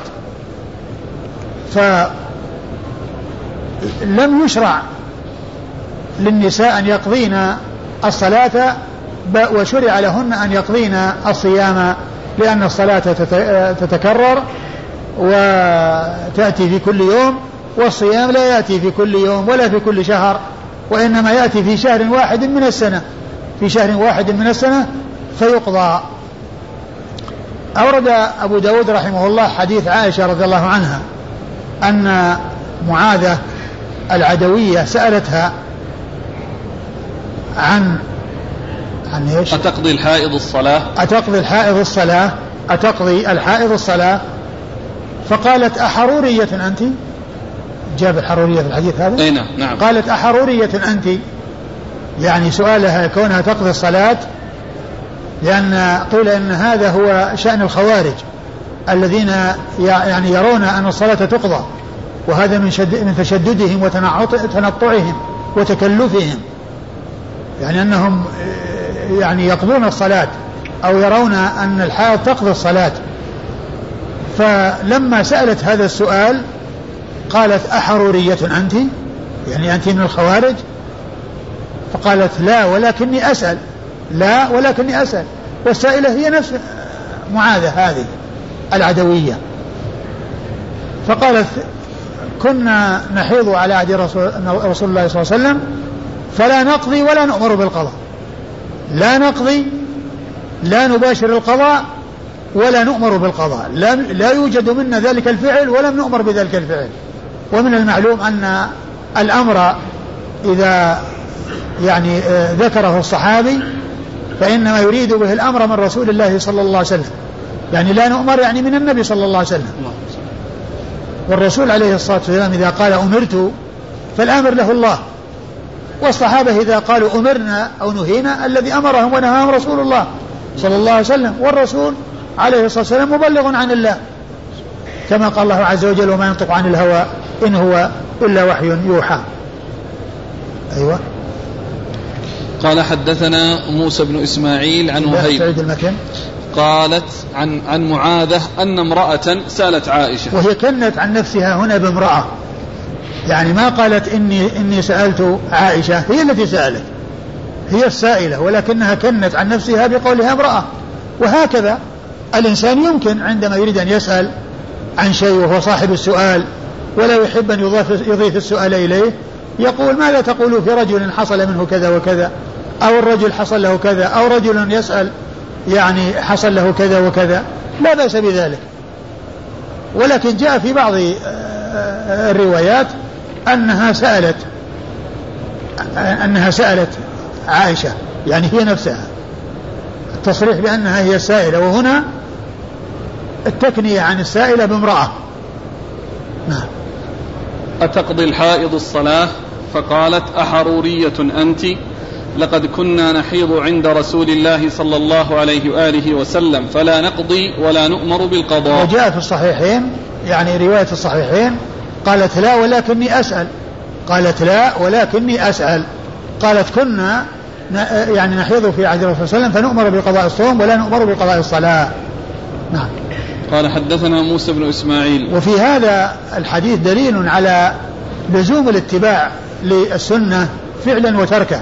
فلم يشرع للنساء أن يقضين الصلاة وشرع لهن أن يقضين الصيام، لأن الصلاة تتكرر وتأتي في كل يوم، والصيام لا يأتي في كل يوم ولا في كل شهر، وإنما يأتي في شهر واحد من السنة فيقضى. أورد أبو داود رحمه الله حديث عائشة رضي الله عنها أن معاذة العدوية سألتها عن إيش؟ أتقضي الحائض الصلاة؟ أتقضي الحائض الصلاة. فقالت أحرورية أنت؟ جاب الحرورية في الحديث هذا؟ نعم. قالت أحرورية أنت، يعني سؤالها كونها تقضي الصلاة، لأن قيل إن هذا هو شأن الخوارج الذين يعني يرون أن الصلاة تقضى، وهذا من تشددهم وتنطعهم وتكلفهم، يعني أنهم يعني يقضون الصلاة أو يرون أن الحائض تقضي الصلاة. فلما سألت هذا السؤال قالت أحرورية أنت، يعني أنت من الخوارج؟ فقالت لا ولكني أسأل. والسائلة هي نفس معاذة هذه العدوية. فقالت كنا نحيض على عهد رسول الله صلى الله عليه وسلم فلا نقضي ولا نؤمر بالقضاء. لا نقضي، لا نباشر القضاء ولا نؤمر بالقضاء، لا يوجد منا ذلك الفعل ولم نؤمر بذلك الفعل. ومن المعلوم أن الأمر إذا يعني ذكره الصحابي فإنما يريد به الأمر من رسول الله صلى الله عليه وسلم، يعني لا نؤمر يعني من النبي صلى الله عليه وسلم. والرسول عليه الصلاة والسلام إذا قال أمرت فالآمر له الله، والصحابة إذا قالوا أمرنا أو نهينا الذي أمرهم ونهاهم رسول الله صلى الله عليه وسلم، والرسول عليه الصلاة والسلام مبلغ عن الله، كما قال الله عز وجل وما ينطق عن الهوى إن هو إلا وحي يوحى. أيوة. قال حدثنا موسى بن إسماعيل عن وهيب قالت عن معاذة أن امرأة سألت عائشة، وهي كنت عن نفسها هنا بامرأة، يعني ما قالت إني سألت عائشة، هي التي سألت، هي السائلة، ولكنها كنت عن نفسها بقولها امرأة. وهكذا الإنسان يمكن عندما يريد أن يسأل عن شيء وهو صاحب السؤال ولا يحب أن يضيف السؤال إليه يقول ماذا تقول في رجل حصل منه كذا وكذا، أو الرجل حصل له كذا، أو رجل يسأل يعني حصل له كذا وكذا، لا بأس بذلك. ولكن جاء في بعض الروايات أنها سألت عائشة، يعني هي نفسها، التصريح بأنها هي السائلة، وهنا التكنية عن السائلة بامرأة. نعم. أتقضي الحائض الصلاة؟ فقالت أحرورية أنت؟ لقد كنا نحيض عند رسول الله صلى الله عليه وآله وسلم فلا نقضي ولا نؤمر بالقضاء. وجاء في الصحيحين، يعني رواية الصحيحين، قالت لا ولكني أسأل. قالت كنا يعني نحيض في عهد الرسول صلى الله عليه وسلم فنؤمر بقضاء الصوم ولا نؤمر بقضاء الصلاة. نعم. قال حدثنا موسى بن إسماعيل. وفي هذا الحديث دليل على لزوم الاتباع للسنة فعلا وتركا،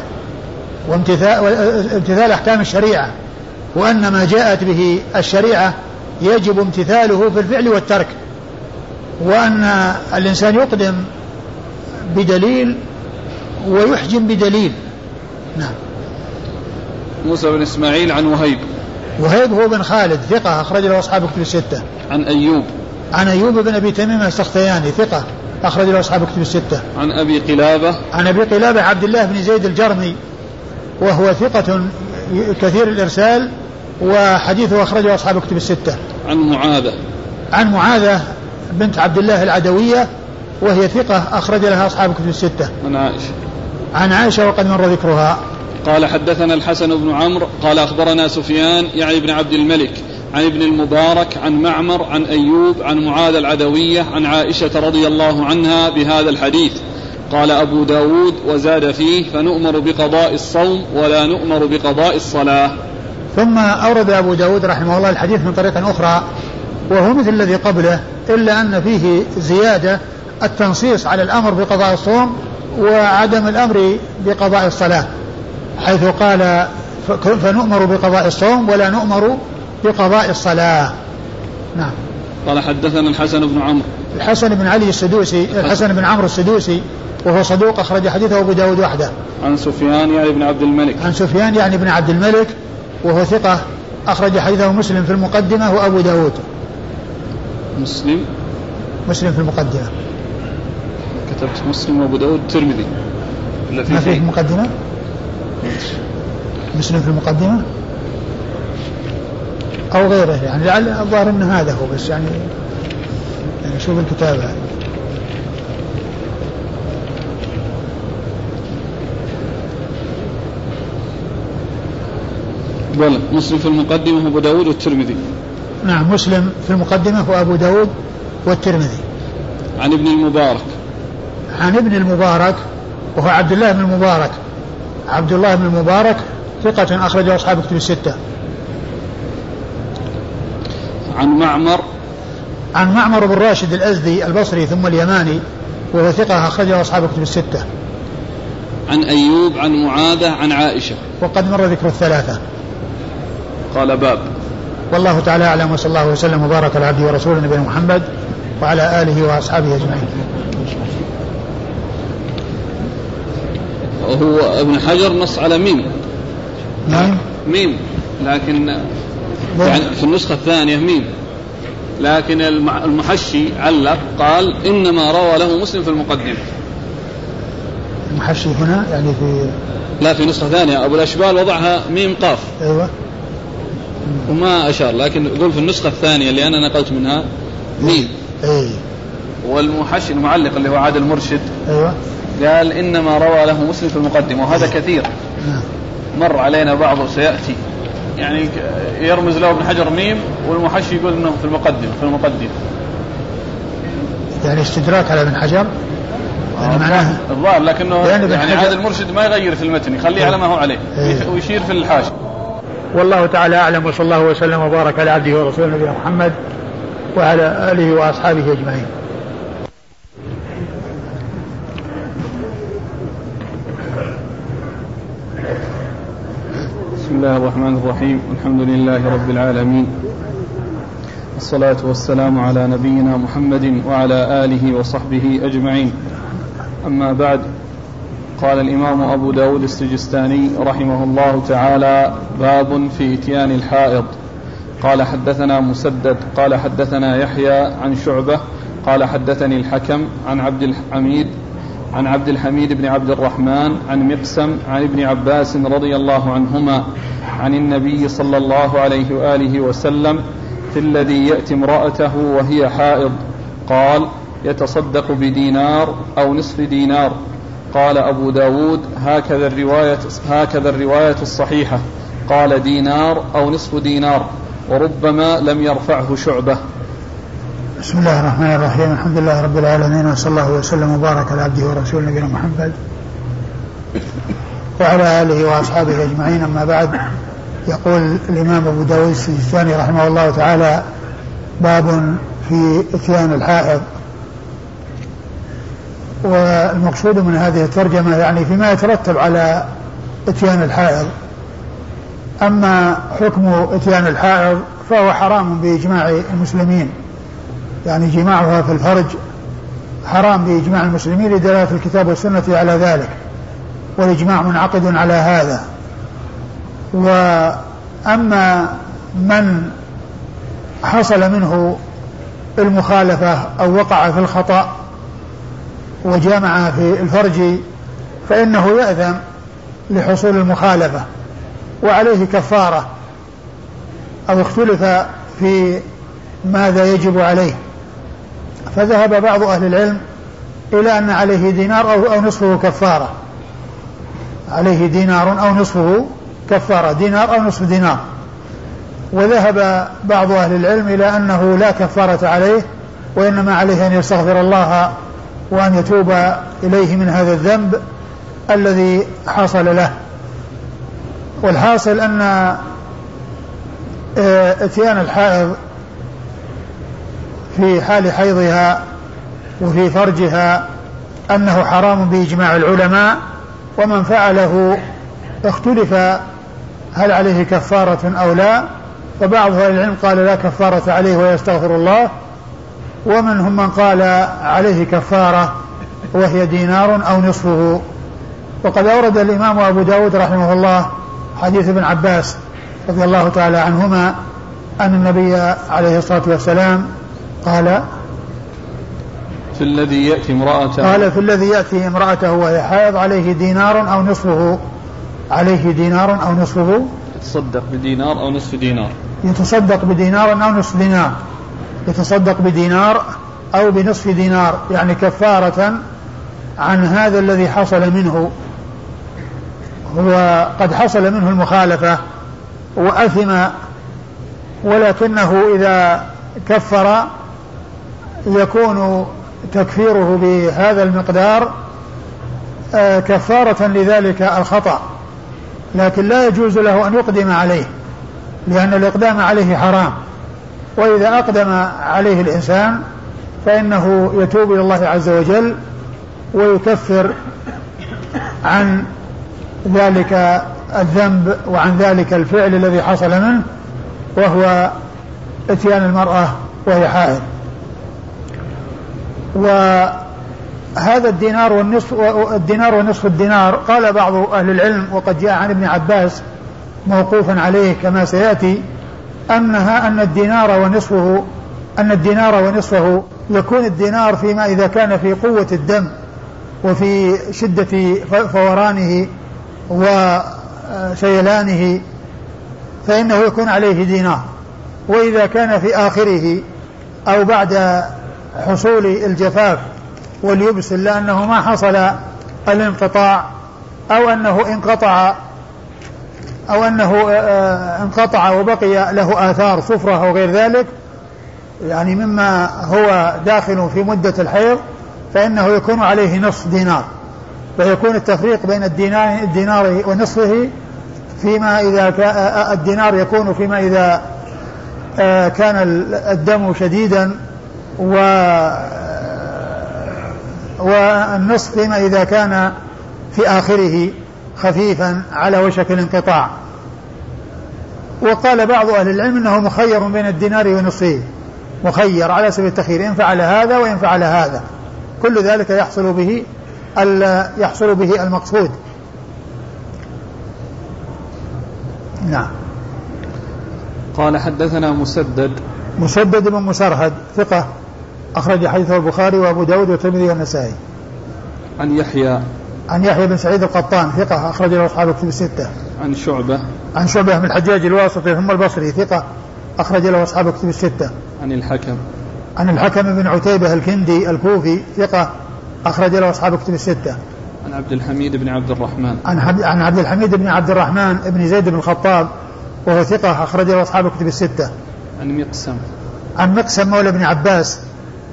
وامتثال أحكام الشريعة، وأن ما جاءت به الشريعة يجب امتثاله في الفعل والترك، وأن الإنسان يقدم بدليل ويحجم بدليل. نعم. موسى بن إسماعيل عن وهيب هو بن خالد ثقة أخرج له أصحاب كتب الستة. عن أيوب بن أبي تميم السختياني ثقة أخرج له أصحاب كتب الستة. عن أبي قلابة عبد الله بن زيد الجرمي، وهو ثقة كثير الإرسال، وحديثه أخرجه أصحاب كتب الستة. عن معاذة بنت عبد الله العدوية، وهي ثقة أخرج لها أصحاب كتب الستة. عن عائشة وقد مر ذكرها. قال حدثنا الحسن بن عمرو قال أخبرنا سفيان يعني بن عبد الملك عن ابن المبارك عن معمر عن أيوب عن معاذ العدوية عن عائشة رضي الله عنها بهذا الحديث. قال أبو داود وزاد فيه فنؤمر بقضاء الصوم ولا نؤمر بقضاء الصلاة. ثم أورد أبو داود رحمه الله الحديث من طريق أخرى وهو مثل الذي قبله، إلا أن فيه زيادة التنصيص على الأمر بقضاء الصوم وعدم الأمر بقضاء الصلاة، حيث قال فنؤمر بقضاء الصوم ولا نؤمر بقضاء الصلاة. نعم. قال حدثنا الحسن بن عمرو السدوسي وهو صدوق أخرج حديثه أبو داود وحده. عن سفيان يعني بن عبد الملك وهو ثقة أخرج حديثه مسلم في المقدمة وأبو داود. مسلم في المقدمة. كتبت مسلم وأبو داود الترمذي ما فيه مقدمة؟ مسلم في المقدمة أو غيره يعني لعل الظاهر أن هذا هو بس يعني شوف الكتابة بلى مسلم في المقدمة وأبو داود والترمذي. نعم مسلم في المقدمة وأبو داود والترمذي. عن ابن المبارك. عن ابن المبارك وهو عبد الله بن المبارك عبد الله بن المبارك ثقة أخرجه أصحاب كتب الستة. عن معمر بن راشد الأزدي البصري ثم اليماني وهو ثقة أخرجه أصحاب كتب الستة. عن أيوب عن معاذة عن عائشة وقد مر ذكر الثلاثة. قال باب. والله تعالى أعلم وصلى الله وسلم وبارك على عبده ورسوله نبينا محمد وعلى آله وأصحابه أجمعين. وهو ابن حجر نص على ميم. نعم ميم لكن يعني في النسخة الثانية ميم لكن المحشي علق قال إنما روى له مسلم في المقدمة. المحشي هنا يعني في نسخة ثانية أبو الأشبال وضعها ميم قاف. أيوة. وما أشار لكن يقول في النسخة الثانية اللي أنا نقلت منها ميم. أي. والمحشي المعلق اللي هو عادل المرشد أيوة. قال إنما روى له مسلم في المقدمة وهذا كثير. مر علينا بعضه سيأتي يعني يرمز له ابن حجر ميم والمحشي يقول انه في المقدمة يعني استدراك على ابن حجر يعني معناه الظاهر لكنه يعني عادل المرشد ما يغير في المتن يخليه على ما هو عليه ويشير في الحاشية. والله تعالى أعلم وصلى الله وسلم وبارك على عبده ورسوله نبينا محمد وعلى آله وأصحابه أجمعين. بسم الله الرحمن الرحيم الحمد لله رب العالمين والصلاة والسلام على نبينا محمد وعلى آله وصحبه أجمعين. أما بعد قال الإمام أبو داود السجستاني رحمه الله تعالى باب في إتيان الحائض. قال حدثنا مسدد قال حدثنا يحيى عن شعبة قال حدثني الحكم عن عبد الحميد بن عبد الرحمن عن مقسم عن ابن عباس رضي الله عنهما عن النبي صلى الله عليه وآله وسلم في الذي يأتي امرأته وهي حائض قال يتصدق بدينار أو نصف دينار. قال أبو داود هكذا الرواية الصحيحة قال دينار أو نصف دينار وربما لم يرفعه شعبة. بسم الله الرحمن الرحيم الحمد لله رب العالمين وصلى الله وسلم وبارك على عبده ورسوله نبينا محمد وعلى آله وأصحابه أجمعين. أما بعد يقول الإمام أبو داود السجستاني رحمه الله تعالى باب في إتيان الحائض. والمقصود من هذه الترجمة يعني فيما يترتب على إتيان الحائض. أما حكم إتيان الحائض فهو حرام بإجماع المسلمين يعني جماعها في الفرج حرام بإجماع المسلمين لدلالة الكتاب والسنة على ذلك والإجماع منعقد على هذا. وأما من حصل منه المخالفة أو وقع في الخطأ وجامع في الفرج فإنه يأثم لحصول المخالفة وعليه كفارة أو اختلف في ماذا يجب عليه. فذهب بعض أهل العلم إلى أن عليه دينار أو نصفه كفارة عليه دينار أو نصفه كفارة دينار أو نصف دينار. وذهب بعض أهل العلم إلى أنه لا كفارة عليه وإنما عليه أن يستغفر الله وأن يتوب إليه من هذا الذنب الذي حصل له. والحاصل أن اتيان الحائض في حال حيضها وفي فرجها أنه حرام بإجماع العلماء. ومن فعله اختلف هل عليه كفارة أو لا. فبعض أهل العلم قال لا كفارة عليه ويستغفر الله ومنهم من قال عليه كفارة وهي دينار أو نصفه. وقد أورد الإمام أبو داود رحمه الله حديث ابن عباس رضي الله تعالى عنهما أن النبي عليه الصلاة والسلام قال في الذي يأتي امرأته وهي حائض عليه دينار أو نصفه عليه دينار أو نصفه، يتصدق بدينار أو نصف دينار، يتصدق بدينار أو نصف دينار، يتصدق بدينار أو بنصف دينار، يعني كفارة عن هذا الذي حصل منه. هو قد حصل منه المخالفة وأثم، ولكنه إذا كفر يكون تكفيره بهذا المقدار كفارة لذلك الخطأ، لكن لا يجوز له أن يقدم عليه، لأن الإقدام عليه حرام. وإذا أقدم عليه الإنسان فإنه يتوب إلى الله عز وجل ويكفر عن ذلك الذنب وعن ذلك الفعل الذي حصل منه، وهو اتيان المرأة وهي حائض. وهذا الدينار ونصف الدينار قال بعض أهل العلم، وقد جاء عن ابن عباس موقوفا عليه كما سيأتي، أن الدينار ونصفه يكون الدينار فيما إذا كان في قوة الدم وفي شدة فورانه وشيلانه فإنه يكون عليه دينار، وإذا كان في آخره أو بعد حصول الجفاف واليبس لأنه ما حصل الانقطاع أو أنه انقطع وبقي له آثار صفرة أو غير ذلك، يعني مما هو داخل في مدة الحيض، فإنه يكون عليه نصف دينار. فيكون التفريق بين الدينار ونصفه فيما إذا الدينار يكون فيما إذا كان الدم شديدا، والنصف فيما إذا كان في آخره خفيفا على وشك الانقطاع. وقال بعض أهل العلم أنه مخير بين الدينار ونصفه، مخير على سبيل التخيير، إن فعل هذا وإن فعل هذا، كل ذلك يحصل به المقصود. نعم. قال حدثنا مسدد بن مسرهد ثقة أخرج حديثه البخاري وأبو داود والترمذي والنسائي. عن يحيى بن سعيد القطان ثقة أخرج له أصحاب الكتب الستة. عن شعبة بن الحجاج الواسطي ثم البصري ثقة أخرج له أصحاب الكتب الستة. عن الحكم بن عتيبة الكندي الكوفي ثقة أخرج له أصحاب الكتب الستة. عن عبد الحميد بن عبد الرحمن بن زيد بن الخطاب وهو ثقة أخرج له أصحاب الكتب الستة. عن مقسم مولى بن عباس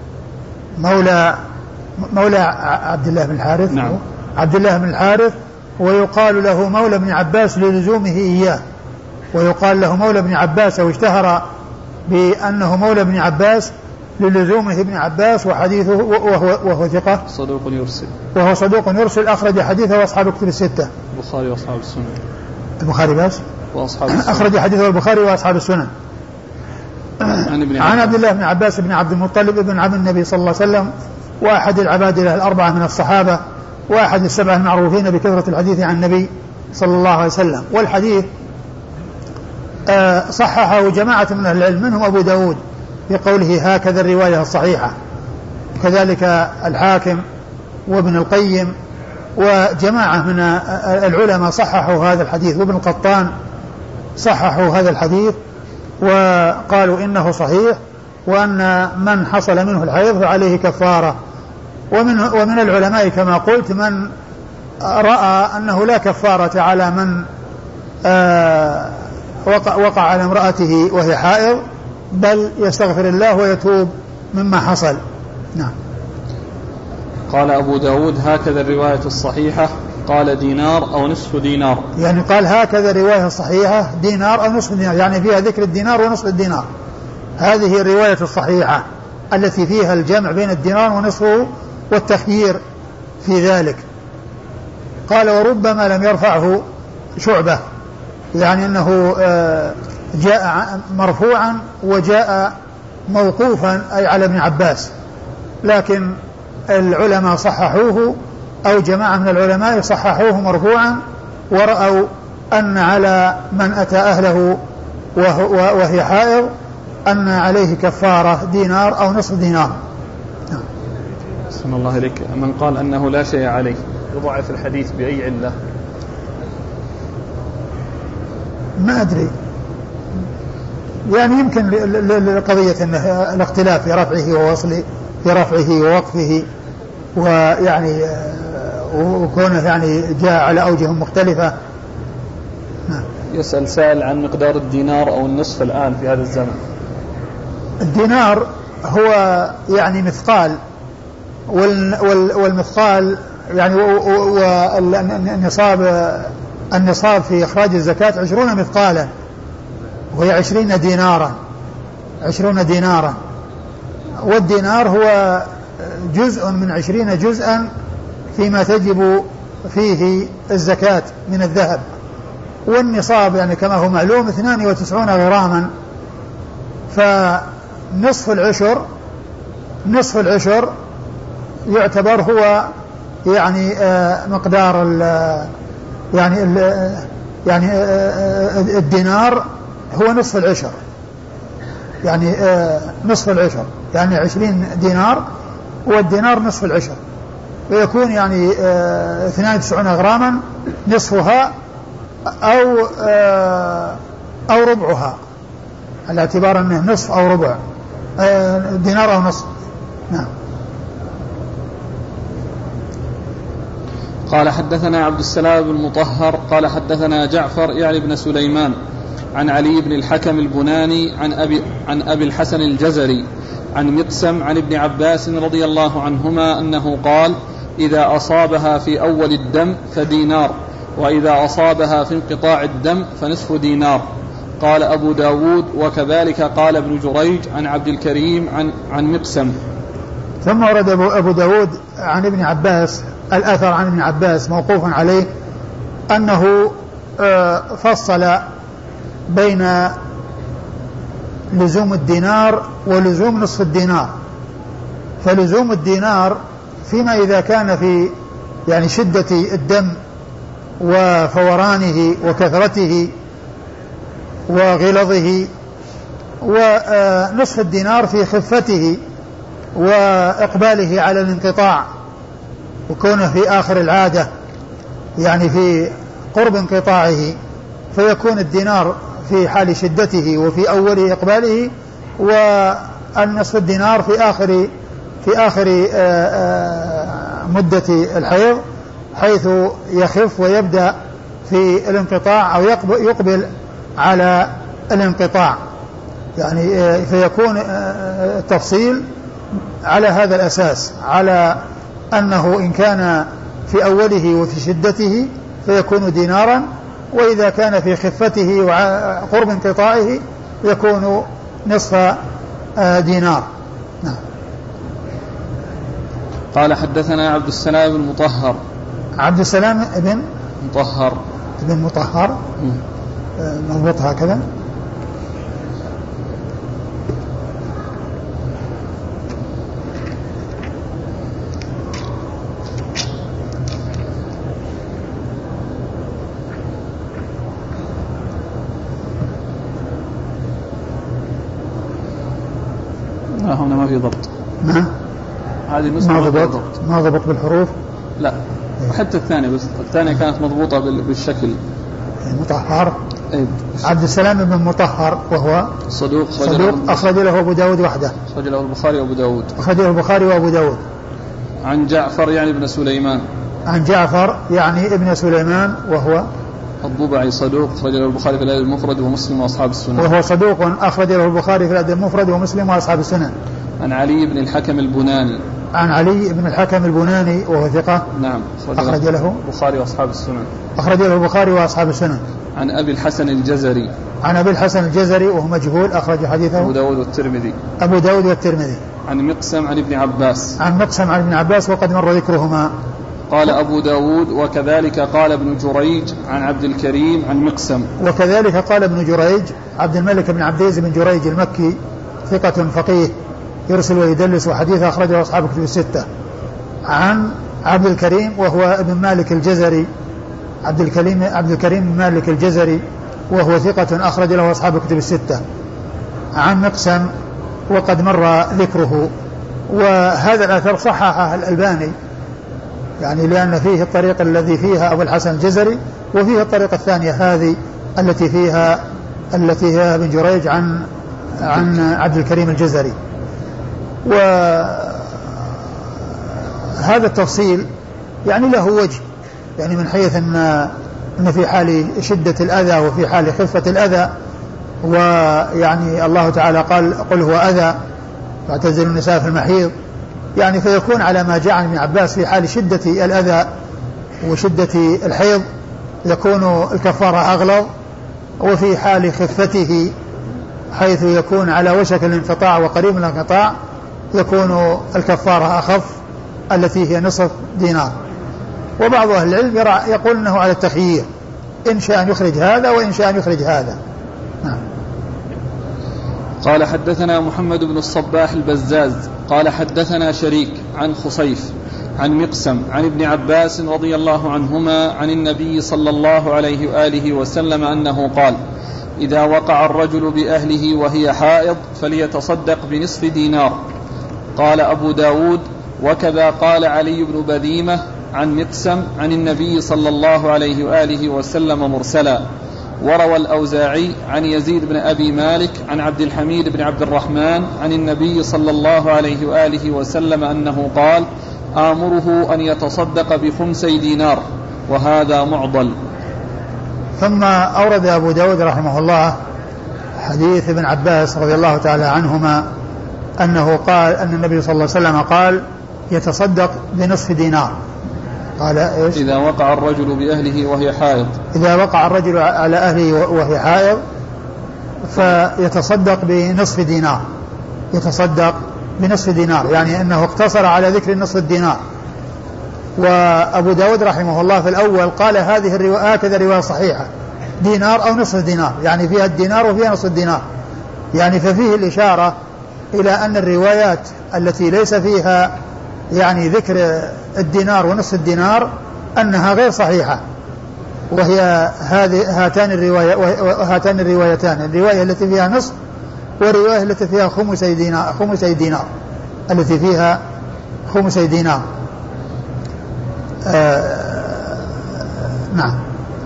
مولى عبد الله بن الحارث. نعم. عبد الله بن الحارث، ويقال له مولى بن عباس للزومه إياه، ويقال له مولى بن عباس، أو اشتهر بأنه مولى بن عباس للزومه ابن عباس، وحديثه وهو ثقة وهو صدوق يرسل أخرج حديثه وأصحاب الكتب الستة. البخاري وأصحاب السنن. أخرج حديثه البخاري وأصحاب السنن. عن عبد الله بن عباس بن عبد المطلب ابن عم النبي صلى الله عليه وسلم، وأحد العبادلة الأربعة من الصحابة، وأحد السبعة المعروفين بكثرة الحديث عن النبي صلى الله عليه وسلم. والحديث صححه جماعة من أهل العلم منهم أبو داود بقوله هكذا الرواية الصحيحة، وكذلك الحاكم وابن القيم وجماعة من العلماء صححوا هذا الحديث، وابن القطان صححوا هذا الحديث وقالوا إنه صحيح، وأن من حصل منه الحيض فعليه كفارة. ومن العلماء كما قلت من رأى أنه لا كفارة على من وقع على امرأته وهي حائض، بل يستغفر الله ويتوب مما حصل. نعم. قال أبو داود هكذا الرواية الصحيحة، قال دينار أو نصف دينار، يعني قال هكذا الرواية الصحيحة دينار أو نصف دينار، يعني فيها ذكر الدينار ونصف الدينار. هذه الرواية الصحيحة التي فيها الجمع بين الدينار ونصفه والتخيير في ذلك. قال وربما لم يرفعه شعبة، يعني أنه جاء مرفوعا وجاء موقوفا أي على ابن عباس، لكن العلماء صححوه أو جماعة من العلماء صححوه مرفوعا، ورأوا أن على من أتى أهله وهي حائض أن عليه كفارة دينار أو نصف دينار. بسم الله عليك. من قال أنه لا شيء عليه يضعف الحديث بأي علة؟ ما أدري، يعني يمكن لقضية الاختلاف في رفعه ووصله، في رفعه ووقفه، ويعني وكونه يعني جاء على أوجه مختلفة. يسأل سائل عن مقدار الدينار أو النصف الآن في هذا الزمن. الدينار هو يعني مثقال، والمثقال يعني النصاب في إخراج الزكاة 20 مثقالا، وهي 20 دينارا. والدينار هو جزء من 20 جزءا فيما تجب فيه الزكاة من الذهب. والنصاب يعني كما هو معلوم 92 غراما. فنصف العشر يعتبر هو يعني مقدار يعني الدينار هو نصف العشر، يعني نصف العشر يعني 20 دينار، والدينار نصف العشر، ويكون يعني 92 غراما نصفها أو ربعها، على اعتبار أنه نصف أو ربع دينار أو نصف. نعم. قال حدثنا عبد السلام بن المطهر قال حدثنا جعفر يعني بن سليمان عن علي بن الحكم البناني عن أبي الحسن الجزري عن مقسم عن ابن عباس رضي الله عنهما أنه قال: إذا أصابها في أول الدم فدينار، وإذا أصابها في انقطاع الدم فنصف دينار. قال أبو داود: وكذلك قال ابن جريج عن عبد الكريم عن مقسم. ثم ورد أبو داود عن ابن عباس الأثر عن ابن عباس موقوف عليه أنه فصل بين لزوم الدينار ولزوم نصف الدينار. فلزوم الدينار فيما إذا كان في يعني شدة الدم وفورانه وكثرته وغلظه، ونصف الدينار في خفته وإقباله على الانقطاع وكونه في آخر العادة، يعني في قرب انقطاعه، فيكون الدينار في حال شدته وفي أول إقباله، والنصف الدينار في آخر مدة الحيض، حيث يخف ويبدأ في الانقطاع أو يقبل على الانقطاع، يعني فيكون التفصيل على هذا الأساس، على أنه إن كان في أوله وفي شدته فيكون دينارا، وإذا كان في خفته وقرب انقطاعه يكون نصف دينار. نعم. قال حدثنا عبد السلام بن مطهر. عبد السلام ابن مطهر مضبوط هكذا. هنا ما في ضبط. هذه النسخة ما ضبط بالحروف. لا حتى الثانية، بس الثانية كانت مضبوطة بالشكل. مطهر. عبد السلام بن مطهر وهو صدوق أخرج له أبو داود وحده. أخرج له البخاري وأبو داود. أخرج له البخاري وأبو داود. عن جعفر يعني ابن سليمان. عن جعفر يعني ابن سليمان وهو الضبعي صدوق أخرج له البخاري في الأدب المفرد ومسلم وأصحاب السنن. وهو صدوق أخرج له البخاري في الأدب المفرد ومسلم وأصحاب السنن. عن علي بن الحكم البناني. عن علي بن الحكم البناني وهو ثقة. نعم. أخرج له البخاري وأصحاب السنن. أخرج له البخاري وأصحاب السنن. عن أبي الحسن الجزري. عن أبي الحسن الجزري وهو مجهول، أخرج حديثه أبو داود والترمذي. أبو داود والترمذي. عن مقسم عن ابن عباس. عن مقسم عن ابن عباس وقد مر ذكرهما. قال أبو داود: وكذلك قال ابن جريج عن عبد الكريم عن مقسم. وكذلك قال ابن جريج عبد الملك بن عبد العزيز بن جريج المكي ثقة فقيه يرسل ويدلس، وحديثه أخرجه أصحاب الكتب الستة. عن عبد الكريم وهو ابن مالك الجزري، عبد الكريم بن مالك الجزري وهو ثقة أخرج له أصحاب الكتب الستة. عن مقسم وقد مر ذكره. وهذا الأثر صححه الألباني، يعني لأن فيه الطريق الذي فيها أبو الحسن الجزري، وفيه الطريقة الثانية هذه التي هي ابن جريج عن عبد الكريم الجزري. وهذا التفصيل يعني له وجه، يعني من حيث أن في حال شدة الأذى وفي حال خفة الأذى، ويعني الله تعالى قال قل هو أذى فاعتزلوا النساء في المحيض، يعني فيكون على ما جاء عن ابن عباس في حال شدة الأذى وشدة الحيض يكون الكفارة أغلظ، وفي حال خفته حيث يكون على وشك الانقطاع وقريب من الانقطاع يكون الكفارة أخف التي هي نصف دينار. وبعض أهل العلم يقول أنه على التخيير، إن شاء يخرج هذا وإن شاء يخرج هذا. نعم. قال حدثنا محمد بن الصباح البزاز قال حدثنا شريك عن خصيف عن مقسم عن ابن عباس رضي الله عنهما عن النبي صلى الله عليه وآله وسلم أنه قال: إذا وقع الرجل بأهله وهي حائض فليتصدق بنصف دينار. قال أبو داود: وكذا قال علي بن بذيمة عن مقسم عن النبي صلى الله عليه وآله وسلم مرسلا. وروى الأوزاعي عن يزيد بن أبي مالك عن عبد الحميد بن عبد الرحمن عن النبي صلى الله عليه وآله وسلم أنه قال: آمره أن يتصدق بخمسي دينار، وهذا معضل. ثم أورد أبو داود رحمه الله حديث ابن عباس رضي الله تعالى عنهما أنه قال أن النبي صلى الله عليه وسلم قال: يتصدق بنصف دينار. قال إيش؟ إذا وقع الرجل بأهله وهي حائض. إذا وقع الرجل على أهله وهي حائض فيتصدق بنصف دينار. يتصدق بنصف دينار، يعني أنه اقتصر على ذكر نصف الدينار. وأبو داود رحمه الله في الأول قال هذه الرواية هكذا رواية صحيحة، دينار أو نصف دينار، يعني فيها الدينار وفيها نصف الدينار، يعني ففيه الإشارة إلى أن الروايات التي ليس فيها يعني ذكر الدينار ونصف الدينار أنها غير صحيحة. وهي هاتان الروايتان، الرواية التي فيها نصف والرواية التي فيها خمسي دينار التي فيها خمسي دينار. نعم.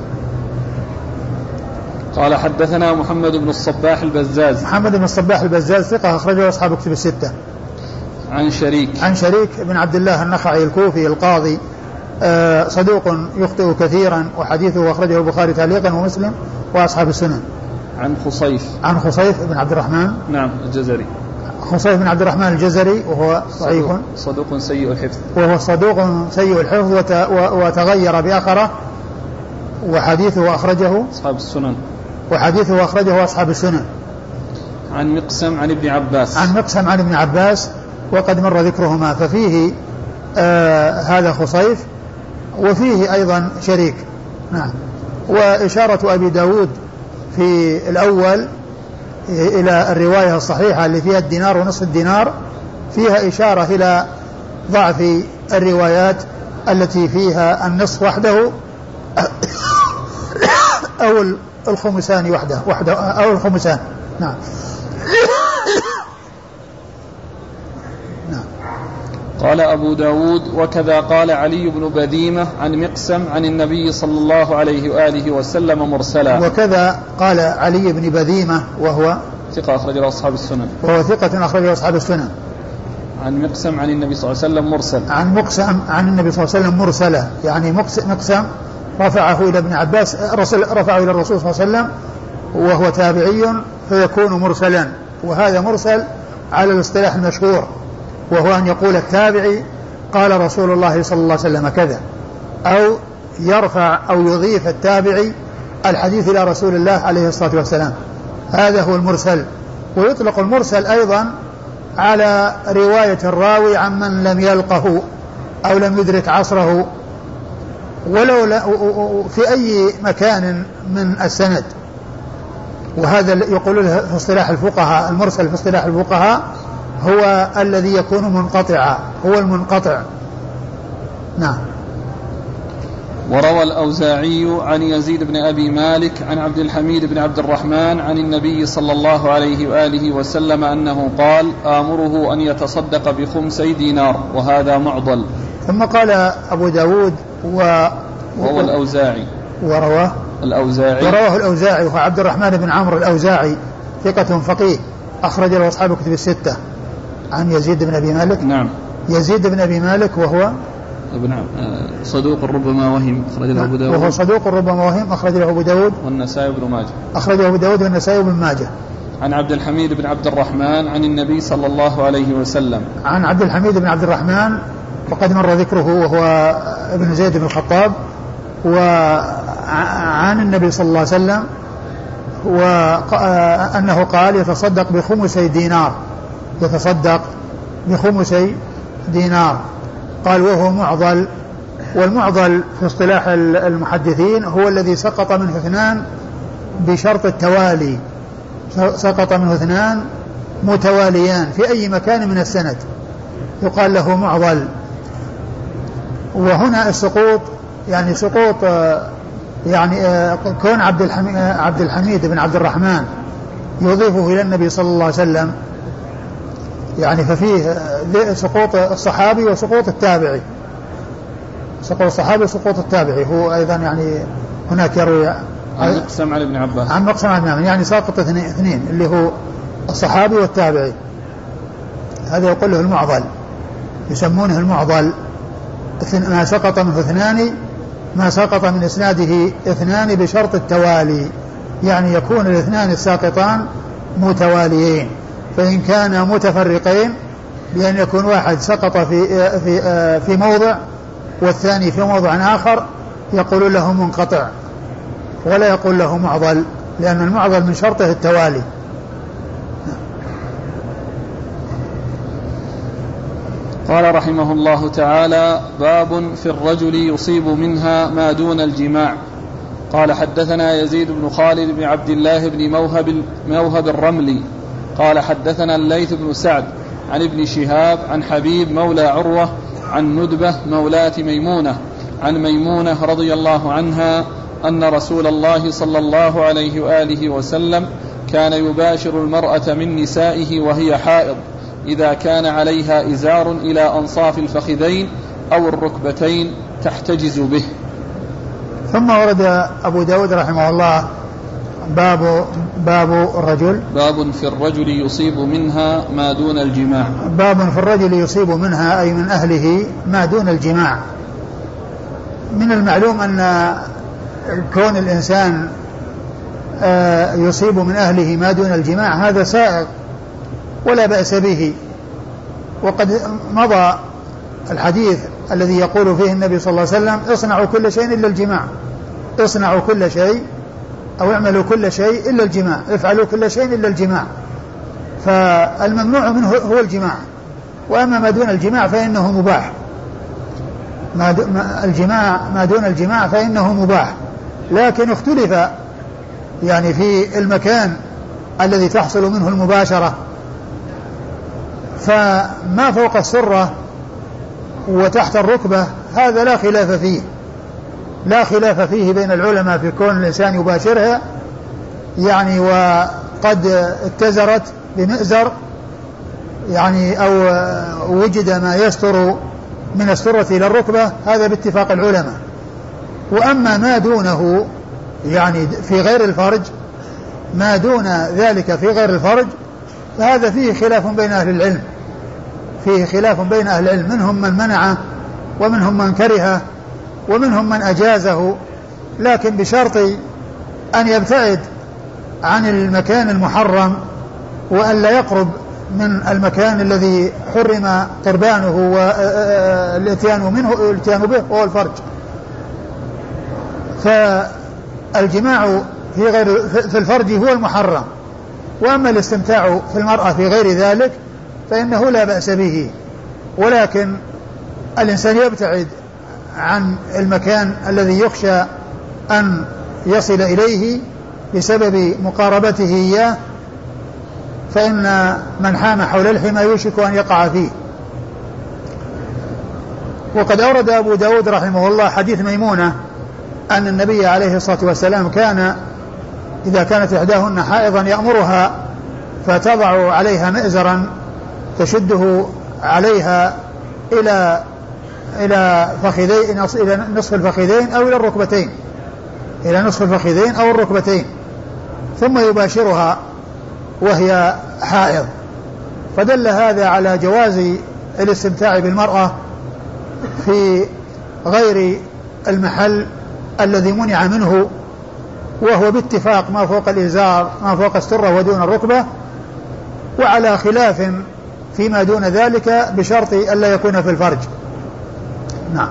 قال حدثنا محمد بن الصباح البزاز. محمد بن الصباح البزاز ثقة أخرجه أصحاب كتب الستة. عن شريك بن عبد الله النخعي الكوفي القاضي، صدوق يخطئ كثيرا، وحديثه أخرجه البخاري تعليقا ومسلم وأصحاب السنن. عن خصيف بن عبد الرحمن. نعم الجزري. خصيف بن عبد الرحمن الجزري وهو ضعيف، صدوق سيء الحفظ. وهو صدوق سيء الحفظ وتغير بآخره، وحديثه أخرجه أصحاب السنن. عن مقسم عن ابن عباس وقد مر ذكرهما، ففيه هذا خصيف وفيه أيضا شريك. نعم. وإشارة أبي داود في الأول إلى الرواية الصحيحة اللي فيها الدينار ونصف الدينار فيها إشارة إلى ضعف الروايات التي فيها النصف وحده أو الخمسان وحده أو الخمسان. نعم. قال أبو داود: وكذا قال علي بن بذيمة عن مقسم عن النبي صلى الله عليه وآله وسلم مرسلا. وكذا قال علي بن بذيمة وهو ثقة أخرجه أصحاب السنن. عن مقسم عن النبي صلى الله عليه وسلم مرسل. عن مقسم عن النبي صلى الله عليه وسلم مرسلا، يعني مقسم رفعه إلى ابن عباس، رفعه إلى الرسول صلى الله عليه وسلم وهو تابعي فيكون مرسلا. وهذا مرسل على الاصطلاح المشهور، وهو أن يقول التابعي قال رسول الله صلى الله عليه وسلم كذا، أو يرفع أو يضيف التابعي الحديث إلى رسول الله عليه الصلاة والسلام. هذا هو المرسل. ويطلق المرسل أيضا على رواية الراوي عمن لم يلقه أو لم يدرك عصره ولو في أي مكان من السند. وهذا يقول له في اصطلاح الفقهاء، المرسل في اصطلاح الفقهاء هو الذي يكون منقطعا، هو المنقطع. نعم. وروى الأوزاعي عن يزيد بن أبي مالك عن عبد الحميد بن عبد الرحمن عن النبي صلى الله عليه وآله وسلم أنه قال: آمره أن يتصدق بخمسي دينار، وهذا معضل. ثم قال أبو داود وروى الأوزاعي. ورواه الأوزاعي وهو عبد الرحمن بن عمرو الأوزاعي ثقة فقيه أخرج له أصحاب الكتب الستة. عن يزيد بن أبي مالك. نعم. يزيد بن أبي مالك وهو صدوق ربما وهم أخرج له أبو داود. وهو صدوق ربما وهم أخرج له أبو داود والنسائي بن ماجه. أخرجه أبو داود والنسائي بن ماجه. عن عبد الحميد بن عبد الرحمن عن النبي صلى الله عليه وسلم. عن عبد الحميد بن عبد الرحمن وقد مر ذكره وهو ابن زيد بن الخطاب وعن النبي صلى الله عليه وسلم وأنه قال يتصدق بخمسي دينار. يتصدق بخمسي دينار. قال وهو معضل. والمعضل في اصطلاح المحدثين هو الذي سقط منه اثنان بشرط التوالي. سقط منه اثنان متواليان في أي مكان من السند يقال له معضل. وهنا السقوط يعني سقوط يعني كون عبد الحميد بن عبد الرحمن يضيفه إلى النبي صلى الله عليه وسلم يعني ففيه سقوط الصحابي وسقوط التابعي. سقوط الصحابي وسقوط التابعي هو أيضا يعني هناك يروي عن مقسم عن ابن عباس. عن مقسم عن ابن يعني ساقط اثنين اللي هو الصحابي والتابعي. هذا يقول له المعضل. يسمونه المعضل. ما سقط منه اثنان ما سقط من إسناده اثنان بشرط التوالي يعني يكون الاثنان الساقطان متواليين. فإن كان متفرقين بأن يكون واحد سقط في موضع والثاني في موضع آخر يقول له منقطع ولا يقول له معضل لأن المعضل من شرطه التوالي. قال رحمه الله تعالى باب في الرجل يصيب منها ما دون الجماع. قال حدثنا يزيد بن خالد بن عبد الله بن موهب الرملي قال حدثنا الليث بن سعد عن ابن شهاب عن حبيب مولى عروة عن ندبة مولاة ميمونة عن ميمونة رضي الله عنها أن رسول الله صلى الله عليه وآله وسلم كان يباشر المرأة من نسائه وهي حائض إذا كان عليها إزار إلى أنصاف الفخذين أو الركبتين تحتجز به. ثم ورد أبو داود رحمه الله باب الرجل. باب في الرجل يصيب منها ما دون الجماع. باب في الرجل يصيب منها أي من أهله ما دون الجماع. من المعلوم أن كون الإنسان يصيب من أهله ما دون الجماع هذا سائغ ولا بأس به. وقد مضى الحديث الذي يقول فيه النبي صلى الله عليه وسلم اصنعوا كل شيء إلا الجماع. اصنعوا كل شيء أو اعملوا كل شيء إلا الجماع. افعلوا كل شيء إلا الجماع. فالممنوع منه هو الجماع. وأما ما دون الجماع فإنه مباح. ما دون الجماع فإنه مباح. لكن اختلف يعني في المكان الذي تحصل منه المباشرة. فما فوق السرة وتحت الركبة هذا لا خلاف فيه. لا خلاف فيه بين العلماء في كون الإنسان يباشرها يعني وقد اتزرت بمئزر يعني أو وجد ما يستر من السرة إلى الركبة هذا باتفاق العلماء. وأما ما دونه يعني في غير الفرج ما دون ذلك في غير الفرج فهذا فيه خلاف بين أهل العلم. فيه خلاف بين أهل العلم منهم من منعه ومنهم من كرهه ومنهم من أجازه لكن بشرط أن يبتعد عن المكان المحرم وأن لا يقرب من المكان الذي حرم قربانه والاتيان به وهو الفرج. فالجماع في الفرج هو المحرم. وأما الاستمتاع في المرأة في غير ذلك فإنه لا بأس به. ولكن الإنسان يبتعد عن المكان الذي يخشى أن يصل إليه بسبب مقاربته إياه فإن من حام حول الحمى يوشك أن يقع فيه. وقد أورد أبو داود رحمه الله حديث ميمونة أن النبي عليه الصلاة والسلام كان إذا كانت إحداهن حائضا يأمرها فتضع عليها مئزرا تشده عليها إلى فخذين إلى نصف الفخذين أو إلى الركبتين إلى نصف الفخذين أو الركبتين ثم يباشرها وهي حائض. فدل هذا على جواز الاستمتاع بالمرأة في غير المحل الذي منع منه، وهو باتفاق ما فوق الإزار ما فوق السرة ودون الركبة، وعلى خلاف فيما دون ذلك بشرط ألا يكون في الفرج. نعم.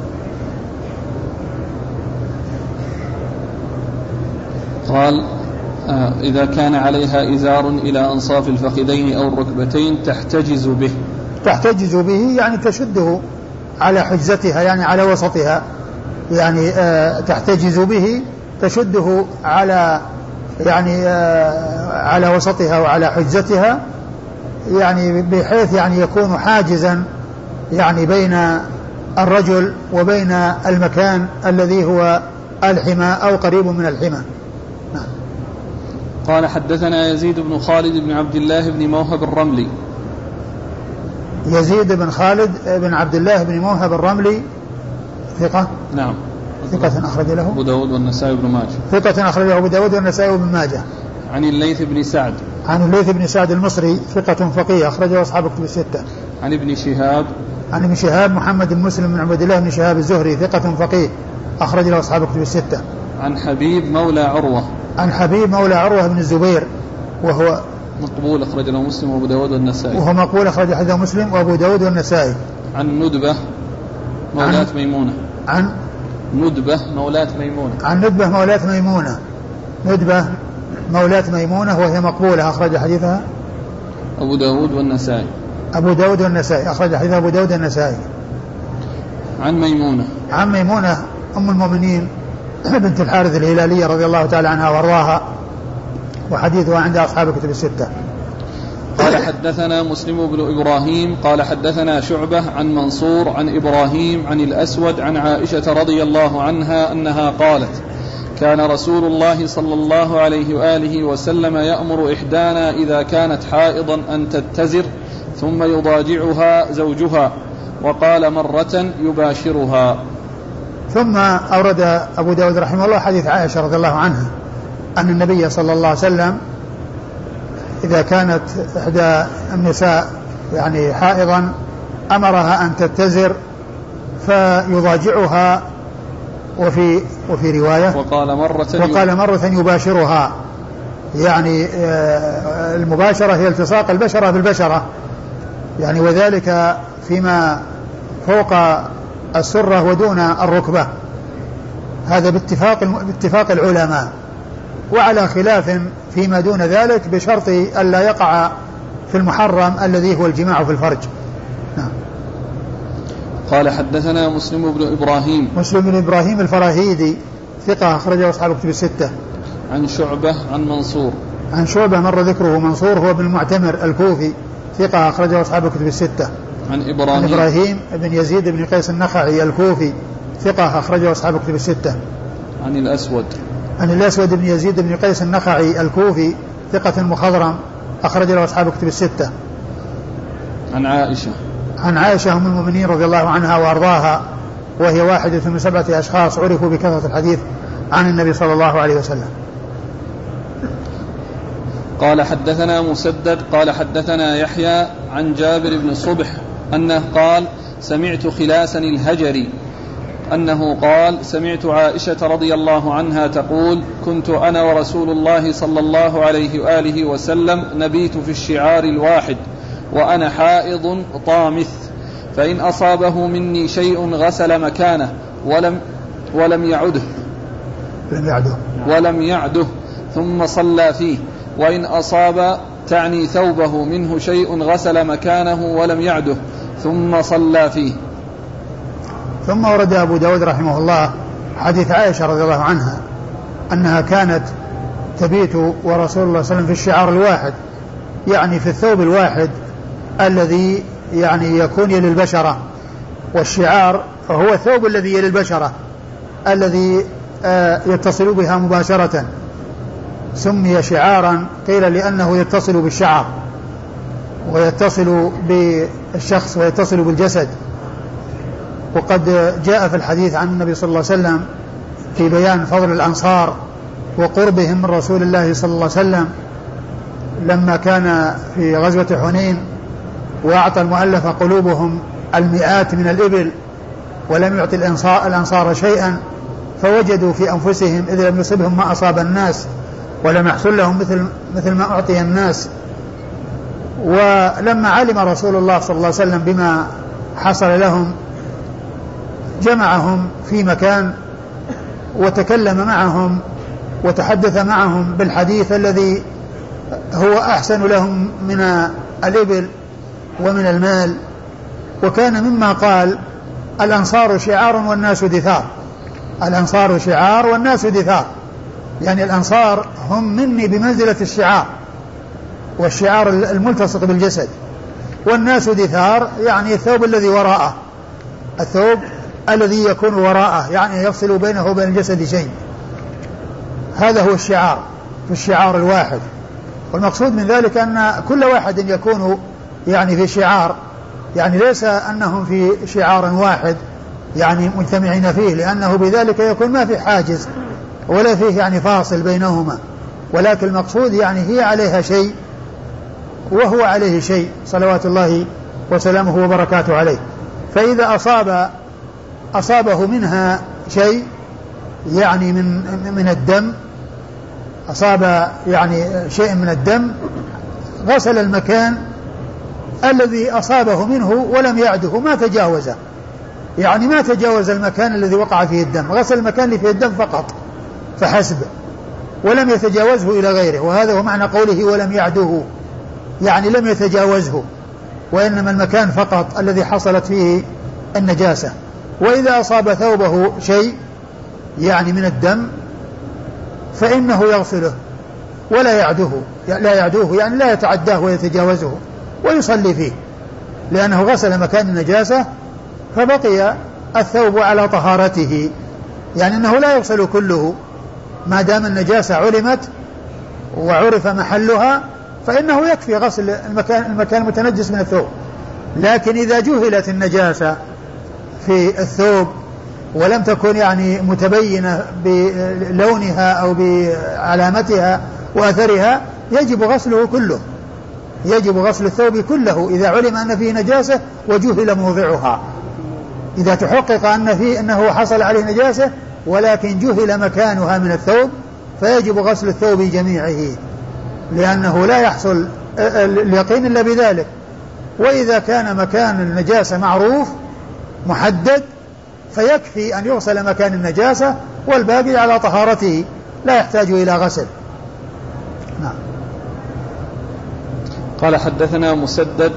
قال إذا كان عليها إزار إلى أنصاف الفخذين أو الركبتين تحتجز به يعني تشده على حجزتها، يعني على وسطها، يعني تحتجز به تشده على يعني على وسطها وعلى حجزتها، يعني بحيث يعني يكون حاجزا يعني بين الرجل وبين المكان الذي هو الحمى أو قريب من الحمى. قال حدثنا يزيد بن خالد بن عبد الله بن موهب الرملي. يزيد بن خالد بن عبد الله بن موهب الرملي ثقة. نعم. ثقة أخرج له أبو داود والنسائي بن ماجه. ثقة أخرج له أبو داود والنسائي بن ماجه. عن الليث بن سعد. عن الليث بن سعد المصري ثقة فقيه أخرجه أصحاب كتب الستة. عن ابن شهاب. عن ابن شهاب محمد بن مسلم بن عبد الله بن شهاب الزهري ثقة فقيه أخرج له أصحاب كتب الستة. عن حبيب مولى عروة. عن حبيب مولى عروة بن الزبير وهو مقبول أخرج له مسلم وأبو داود والنسائي. وهو مقبول أخرج حديثه مسلم وأبو داود والنسائي. عن ندبة مولاة ميمونة. عن ندبة مولاة ميمونة. عن ندبة مولاة ميمونة. ندبة مولاة ميمونة وهي مقبولة أخرج حديثها أبو داود والنسائي. أبو داود والنسائي أخرج حديث أبو داود والنسائي. عن ميمونة. عن ميمونة أم المؤمنين بنت الحارث الهلالية رضي الله تعالى عنها وارضاها، وحديثها عند أصحاب كتب الستة. قال حدثنا مسلم بن إبراهيم قال حدثنا شعبة عن منصور عن إبراهيم عن الأسود عن عائشة رضي الله عنها أنها قالت كان رسول الله صلى الله عليه وآله وسلم يأمر إحدانا إذا كانت حائضا أن تتزر ثم يضاجعها زوجها، وقال مرة يباشرها. ثم أورد أبو داود رحمه الله حديث عائشة رضي الله عنها أن النبي صلى الله عليه وسلم إذا كانت إحدى النساء يعني حائضا أمرها أن تتزر فيضاجعها، وفي رواية وقال مرة يباشرها، يعني المباشرة هي التصاق البشرة بالبشرة، يعني وذلك فيما فوق السرة ودون الركبة، هذا باتفاق العلماء، وعلى خلاف فيما دون ذلك بشرط ألا يقع في المحرم الذي هو الجماع في الفرج. نعم. قال حدثنا مسلم بن إبراهيم الفراهيدي ثقة أخرجه أصحاب كتب الستة. عن شعبة عن شعبة مر ذكره. منصور هو بن المعتمر الكوفي ثقة أخرجه أصحاب كتب الستة. عن إبراهيم بن يزيد بن قيس النخعي الكوفي ثقة أخرجه أصحاب كتب الستة. عن الأسود بن يزيد بن قيس النخعي الكوفي ثقة مخضرم أخرج له أصحاب كتب الستة. عن عائشة أم المؤمنين رضي الله عنها وأرضاها، وهي واحدة من 7 أشخاص عرفوا بكثرة الحديث عن النبي صلى الله عليه وسلم. قال حدثنا مسدد قال حدثنا يحيى عن جابر بن صبح أنه قال سمعت خلاسا الهجري أنه قال سمعت عائشة رضي الله عنها تقول كنت أنا ورسول الله صلى الله عليه وآله وسلم نبيت في الشعار الواحد وأنا حائض طامث، فإن أصابه مني شيء غسل مكانه ولم يعده ثم صلى فيه، وإن أصاب تعني ثوبه منه شيء غسل مكانه ولم يعده ثم صلى فيه. ثم ورد أبو داود رحمه الله حديث عائشة رضي الله عنها أنها كانت تبيت ورسول الله صلى الله عليه وسلم في الشعار الواحد، يعني في الثوب الواحد الذي يعني يكون يلي البشرة، والشعار هو الثوب الذي يلي البشرة الذي يتصل بها مباشرة، سمي شعارا قيل لأنه يتصل بالشعر ويتصل بالشخص ويتصل بالجسد. وقد جاء في الحديث عن النبي صلى الله عليه وسلم في بيان فضل الأنصار وقربهم من رسول الله صلى الله عليه وسلم لما كان في غزوة حنين وأعطى المؤلف قلوبهم المئات من الإبل ولم يعطي الأنصار شيئا، فوجدوا في أنفسهم إذ لم يصبهم ما أصاب الناس ولم يحصل لهم مثل ما أعطي الناس. ولما علم رسول الله صلى الله عليه وسلم بما حصل لهم جمعهم في مكان وتكلم معهم وتحدث معهم بالحديث الذي هو أحسن لهم من الإبل ومن المال. وكان مما قال: الأنصار شعار والناس دثار. الأنصار شعار والناس دثار، يعني الأنصار هم مني بمنزلة الشعار، والشعار الملتصق بالجسد، والناس دثار يعني الثوب الذي وراءه، الثوب الذي يكون وراءه، يعني يفصل بينه وبين الجسد شيء. هذا هو الشعار في الشعار الواحد. والمقصود من ذلك أن كل واحد يكون يعني في شعار، يعني ليس أنهم في شعار واحد يعني مجتمعين فيه، لأنه بذلك يكون ما في حاجز ولا فيه يعني فاصل بينهما، ولكن المقصود يعني هي عليها شيء وهو عليه شيء صلوات الله وسلامه وبركاته عليه. فإذا أصابه منها شيء يعني من الدم، أصاب يعني شيء من الدم، غسل المكان الذي أصابه منه ولم يعده، ما تجاوزه، يعني ما تجاوز المكان الذي وقع فيه الدم، غسل المكان اللي فيه الدم فقط فحسب، ولم يتجاوزه إلى غيره. وهذا هو معنى قوله ولم يعده، يعني لم يتجاوزه، وإنما المكان فقط الذي حصلت فيه النجاسة. وإذا أصاب ثوبه شيء يعني من الدم فإنه يغسله ولا يعدوه، يعني لا يتعداه ويتجاوزه ويصلي فيه، لأنه غسل مكان النجاسة فبقي الثوب على طهارته، يعني أنه لا يغسل كله ما دام النجاسة علمت وعرف محلها، فإنه يكفي غسل المكان المتنجس من الثوب. لكن إذا جهلت النجاسة في الثوب ولم تكن يعني متبينة بلونها أو بعلامتها وأثرها، يجب غسله كله، يجب غسل الثوب كله إذا علم أن فيه نجاسة وجهل موضعها. إذا تحقق أنه حصل عليه نجاسة ولكن جهل مكانها من الثوب فيجب غسل الثوب جميعه، لأنه لا يحصل اليقين إلا بذلك. وإذا كان مكان النجاسة معروف محدد فيكفي أن يغسل مكان النجاسة والباقي على طهارته لا يحتاج إلى غسل. نعم. قال: حدثنا مسدد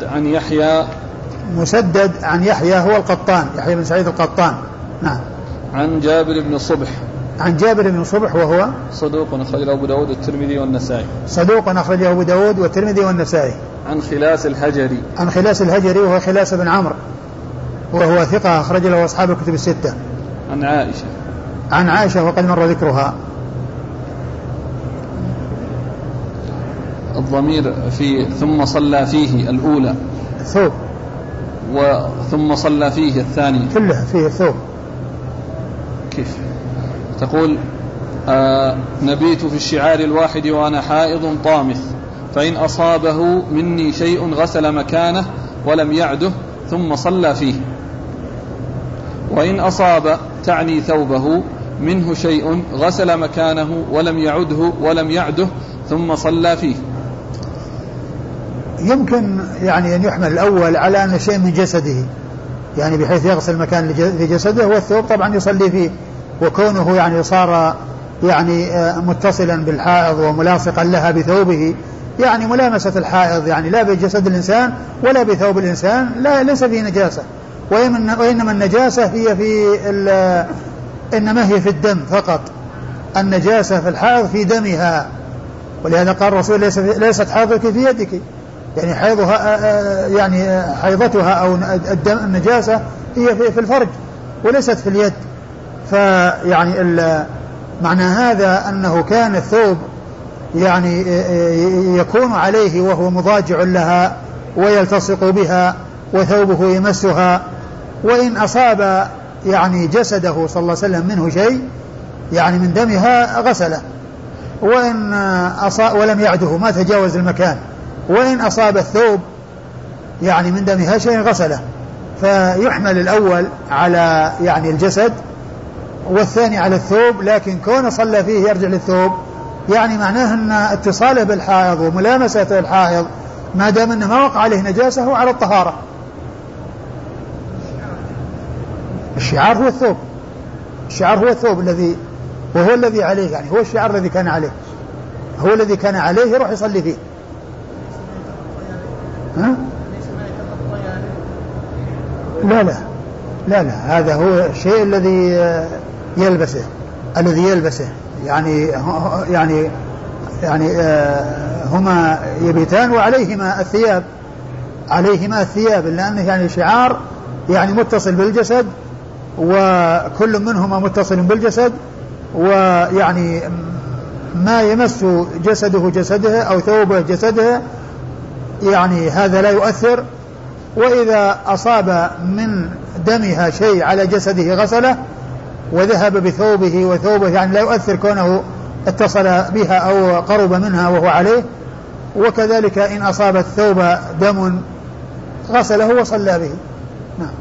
عن يحيى هو القطان، يحيى بن سعيد القطان. نعم. عن جابر بن صبح. عن جابر بن صبح وهو صدوق أخرجه أبو داود والترمذي والنسائي. صدوق أخرجه أبو داود والترمذي والنسائي. عن خلاس الهجري. عن خلاس الهجري وهو خلاس بن عمرو وهو ثقة أخرج له أصحاب الكتب الستة. عن عائشة وقد مر ذكرها. الضمير في ثم صلى فيه الأولى الثوب، وثم صلى فيه الثانية كلها فيه الثوب. كيف تقول؟ نبيت في الشعار الواحد وأنا حائض طامث، فإن أصابه مني شيء غسل مكانه ولم يعده ثم صلى فيه، وإن أصاب تعني ثوبه منه شيء غسل مكانه ولم يعده ثم صلى فيه. يمكن يعني أن يحمل الأول على أن شيء من جسده، يعني بحيث يغسل مكان في جسده، والثوب طبعا يصلي فيه، وكونه يعني صار يعني متصلا بالحائض وملاصقا لها بثوبه، يعني ملامسة الحائض يعني لا بجسد الإنسان ولا بثوب الإنسان ليس فيه نجاسة، وإنما النجاسة هي إنما هي في الدم فقط. النجاسة في الحائض في دمها، ولهذا قال الرسول ليست حائضك في يدك، يعني يعني حيضتها أو النجاسة هي في الفرج وليست في اليد. فيعني معنى هذا أنه كان الثوب يعني يكون عليه وهو مضاجع لها ويلتصق بها وثوبه يمسها، وإن أصاب يعني جسده صلى الله عليه وسلم منه شيء يعني من دمها غسله، وإن ولم يعده ما تجاوز المكان، وإن أصاب الثوب يعني من دمها شيء غسله. فيحمل الأول على يعني الجسد والثاني على الثوب، لكن كون صلى فيه يرجع للثوب يعني معناه أن اتصاله بالحائض وملامسته الحائض ما دام أنه ما وقع عليه نجاسة هو على الطهارة. الشعار هو الثوب، الشعار هو الثوب الذي وهو الذي عليه، يعني هو الشعار الذي كان عليه، هو الذي كان عليه يروح يصلي فيه. ها؟ لا هذا هو الشيء الذي يلبسه يعني هما يبيتان وعليهما الثياب لأنه يعني شعار يعني متصل بالجسد، وكل منهما متصل بالجسد، ويعني ما يمس جسده أو ثوبه جسده يعني هذا لا يؤثر. وإذا أصاب من دمها شيء على جسده غسله وذهب بثوبه وثوبه يعني لا يؤثر كونه اتصل بها أو قرب منها وهو عليه. وكذلك إن أصاب الثوب دم غسله وصلى به. نعم.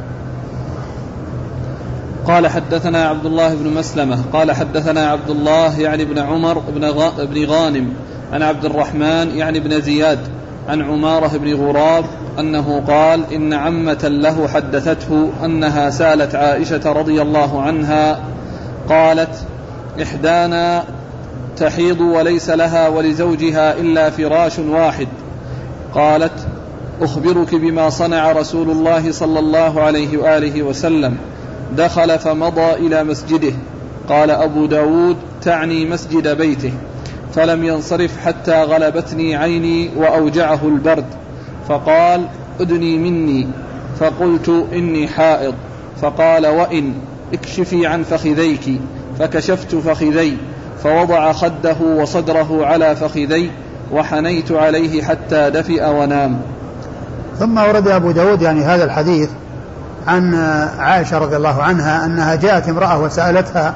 قال حدثنا عبد الله بن مسلمة قال حدثنا عبد الله يعني بن عمر بن غانم عن عبد الرحمن يعني بن زياد عن عمارة بن غراب أنه قال إن عمة له حدثته أنها سالت عائشة رضي الله عنها قالت إحدانا تحيض وليس لها ولزوجها إلا فراش واحد، قالت أخبرك بما صنع رسول الله صلى الله عليه وآله وسلم، دخل فمضى إلى مسجده. قال أبو داود تعني مسجد بيته، فلم ينصرف حتى غلبتني عيني وأوجعه البرد، فقال أدني مني، فقلت إني حائض، فقال وإن اكشفي عن فخذيك، فكشفت فخذي، فوضع خده وصدره على فخذي، وحنيت عليه حتى دفئ ونام. ثم ورد أبو داود يعني هذا الحديث عن عائشة رضي الله عنها أنها جاءت امرأة وسألتها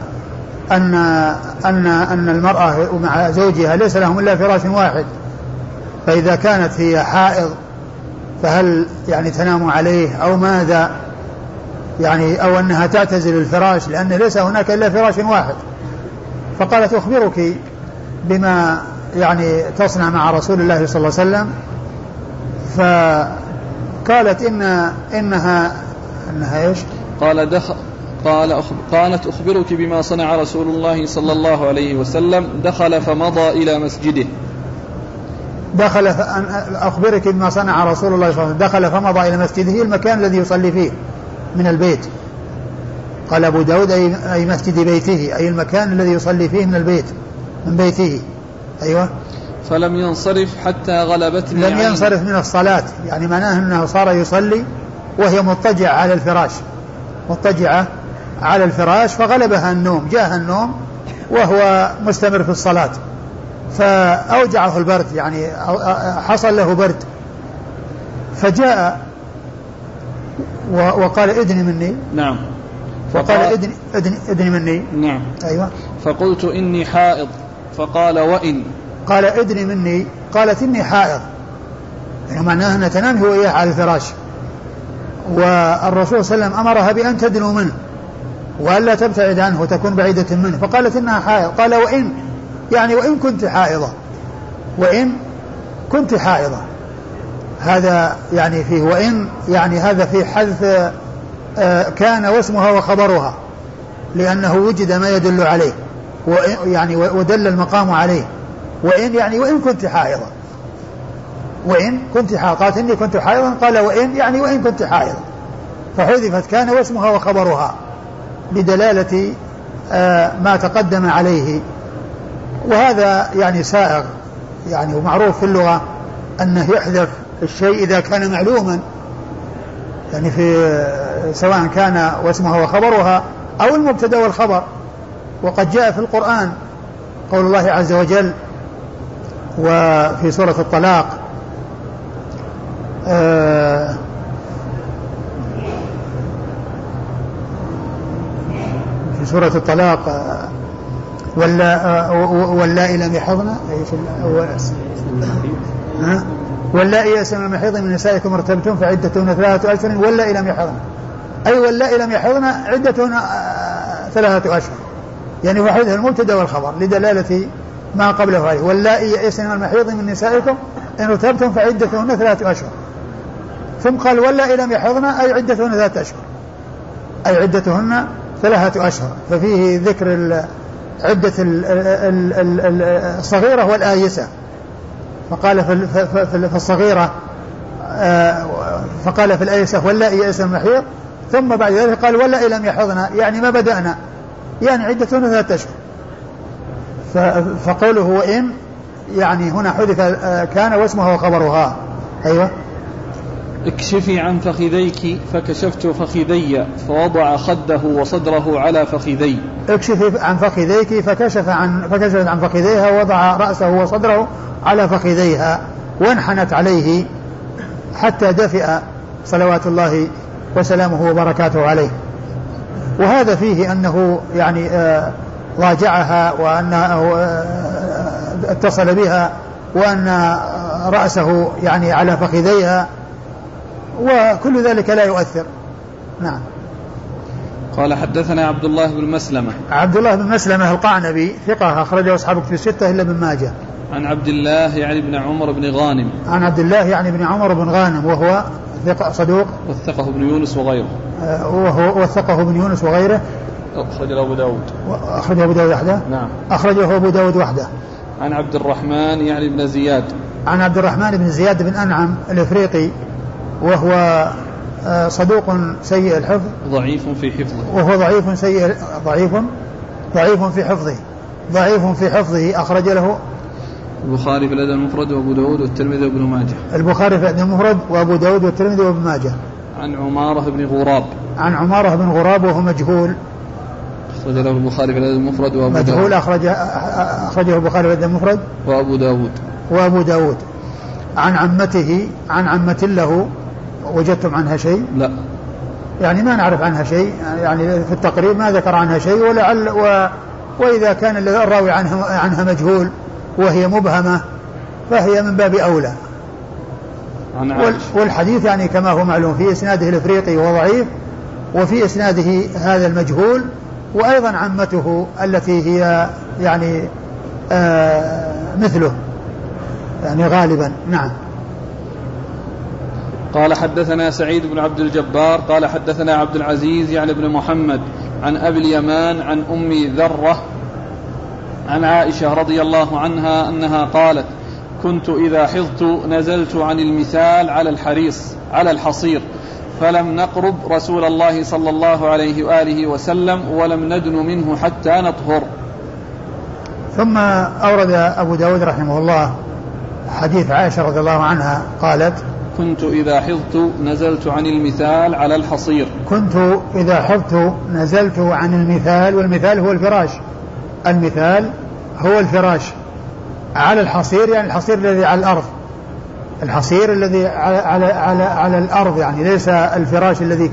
أن المرأة مع زوجها ليس لهم إلا فراش واحد، فإذا كانت هي حائض فهل يعني تنام عليه أو ماذا يعني، أو أنها تعتزل الفراش لأن ليس هناك إلا فراش واحد. فقالت أخبرك بما يعني تصنع مع رسول الله صلى الله عليه وسلم. فقالت إنها إيش؟ قالت أخبرك بما صنع رسول الله صلى الله عليه وسلم، دخل فمضى إلى مسجده. أخبرك بما صنع رسول الله صلى الله عليه وسلم، دخل فمضى إلى مسجده المكان الذي يصلي فيه من البيت. قال أبو داود أي مسجد بيته، أي المكان الذي يصلي فيه من البيت من بيته. أيوة. فلم ينصرف حتى غلبتني لم ينصرف من الصلاة، يعني معناه أنه صار يصلي وهي مضطجعة على الفراش فغلبها النوم، جاءها النوم وهو مستمر في الصلاة فأوجعه البرد، يعني حصل له برد، فجاء وقال ادني مني. نعم. وقال ادني مني. نعم. أيوة. فقلت إني حائض، فقال وإن. قال ادني مني، قالت إني حائض، يعني معناه أن تنام هو إياه على الفراش، والرسول صلى الله عليه وسلم أمرها بأن تدنو منه وألا تبتعد عنه وتكون بعيدة منه، فقالت إنها حائض. قال وإن، يعني وإن كنت حائضة، وإن كنت حائضة، هذا يعني فيه وإن، يعني هذا فيه حذف كان واسمها وخبرها، لأنه وجد ما يدل عليه يعني ودل المقام عليه. وإن يعني وإن كنت حائضة، وإن كنت حائضة، قالت إني كنت حائضا، قال وإن يعني وإن كنت حائضة، فحذفت كان واسمها وخبرها بدلالة ما تقدم عليه. وهذا يعني سائغ يعني ومعروف في اللغة أنه يحذف الشيء إذا كان معلوما، يعني في سواء كان واسمها وخبرها أو المبتدا والخبر. وقد جاء في القرآن قول الله عز وجل وفي سورة الطلاق في سورة الطلاق واللائي لم يحضن واللائي يئسن من المحيض من نسائكم ارتبتم فعدتهن 3 أشهر واللائي لم يحضن، أي واللائي لم يحضن عدتهن 3 أشهر، يعني هو حدث المبتدا والخبر لدلالة ما قبله عليه. واللائي يئسن من المحيض من نسائكم إن ارتبتم فعدتهن 3 أشهر، ثم قال واللائي لم يحضن أي عدتهن 3 أشهر، أي عدتهن 3 أشهر، ففيه ذكر عدة الصغيرة والآيسة، فقال في الصغيرة فقال في الآيسة واللائي يئسن من المحيض، ثم بعد ذلك قال واللائي لم يحضن يعني ما بدأنا، يعني عدتهن 3 أشهر. فقوله وإن يعني هنا حدث كان واسمه وخبرها. أيوة. اكشفي عن فخذيك فكشفت فخذي فوضع خده وصدره على فخذي. اكشفي عن فخذيك فكشفت عن فخذيها ووضع رأسه وصدره على فخذيها وانحنت عليه حتى دفئ صلوات الله وسلامه وبركاته عليه. وهذا فيه أنه يعني راجعها وأنه اتصل بها وأن رأسه يعني على فخذيها، وكل ذلك لا يؤثر. نعم. قال حدثنا عبد الله بن مسلمة. عبد الله بن مسلمة القعنبي ثقة أخرجه أصحاب الكتب الستة إلا ابن ماجه. عن عبد الله يعني بن عمر بن غانم. عن عبد الله يعني بن عمر بن غانم وهو ثقة صدوق. وثقه ابن يونس وغيره. وثقه ابن يونس وغيره. أخرجه أبو داود. أخرجه أبو داود وحده. نعم. أخرجه أبو داود وحده. عن عبد الرحمن يعني بن زياد. عن عبد الرحمن بن زياد بن أنعم الإفريقي وهو صدوق سيء الحفظ. ضعيف في حفظه. وهو ضعيف في حفظه أخرج له البخاري في الأدب المفرد وأبو داود والترمذي وابن ماجه. البخاري في الأدب المفرد وأبو داود والترمذي وابن ماجه. عن عمارة بن غراب. عن عمارة بن غراب وهو مجهول. أخرج له البخاري في الأدب المفرد وأبو داود. مجهول أخرجه البخاري في الأدب المفرد وأبو داود. عن عمته عن عمة له وجدتم عنها شيء؟ لا، يعني ما نعرف عنها شيء، يعني في التقريب ما ذكر عنها شيء، ولعل وإذا كان الراوي عنها مجهول وهي مبهمة فهي من باب أولى. والحديث يعني كما هو معلوم في إسناده الإفريقي وضعيف، وفي إسناده هذا المجهول، وأيضا عمته التي هي يعني مثله يعني غالبا. نعم. قال حدثنا سعيد بن عبد الجبار قال حدثنا عبد العزيز يعني بن محمد عن أبي اليمان عن أم ذرة عن عائشة رضي الله عنها أنها قالت كنت إذا حضت نزلت عن المثال على الحصير فلم نقرب رسول الله صلى الله عليه وآله وسلم ولم ندن منه حتى نطهر. ثم أورد أبو داود رحمه الله حديث عائشة رضي الله عنها قالت كنت إذا حضت نزلت عن المثال على الحصير. كنت إذا حضت نزلت عن المثال، والمثال هو الفراش، المثال هو الفراش على الحصير، يعني الحصير الذي على الأرض، الحصير الذي على الأرض، يعني ليس الفراش الذي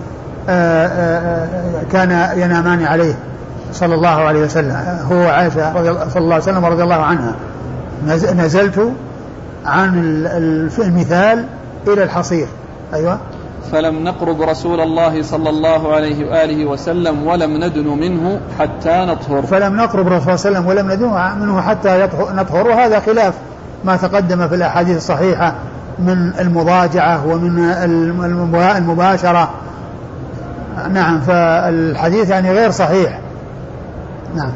كان ينامان عليه صلى الله عليه وسلم، هو عائشة صلى الله عليه وسلم رضي الله عنها. نزلت عن المثال إلى الحصير. أيوة. فلم نقرب رسول الله صلى الله عليه وآله وسلم ولم ندن منه حتى نطهر. فلم نقرب رسول الله صلى الله عليه وسلم ولم ندن منه حتى نطهر، وهذا خلاف ما تقدم في الأحاديث الصحيحة من المضاجعة ومن المباشرة. نعم، فالحديث يعني غير صحيح. نعم.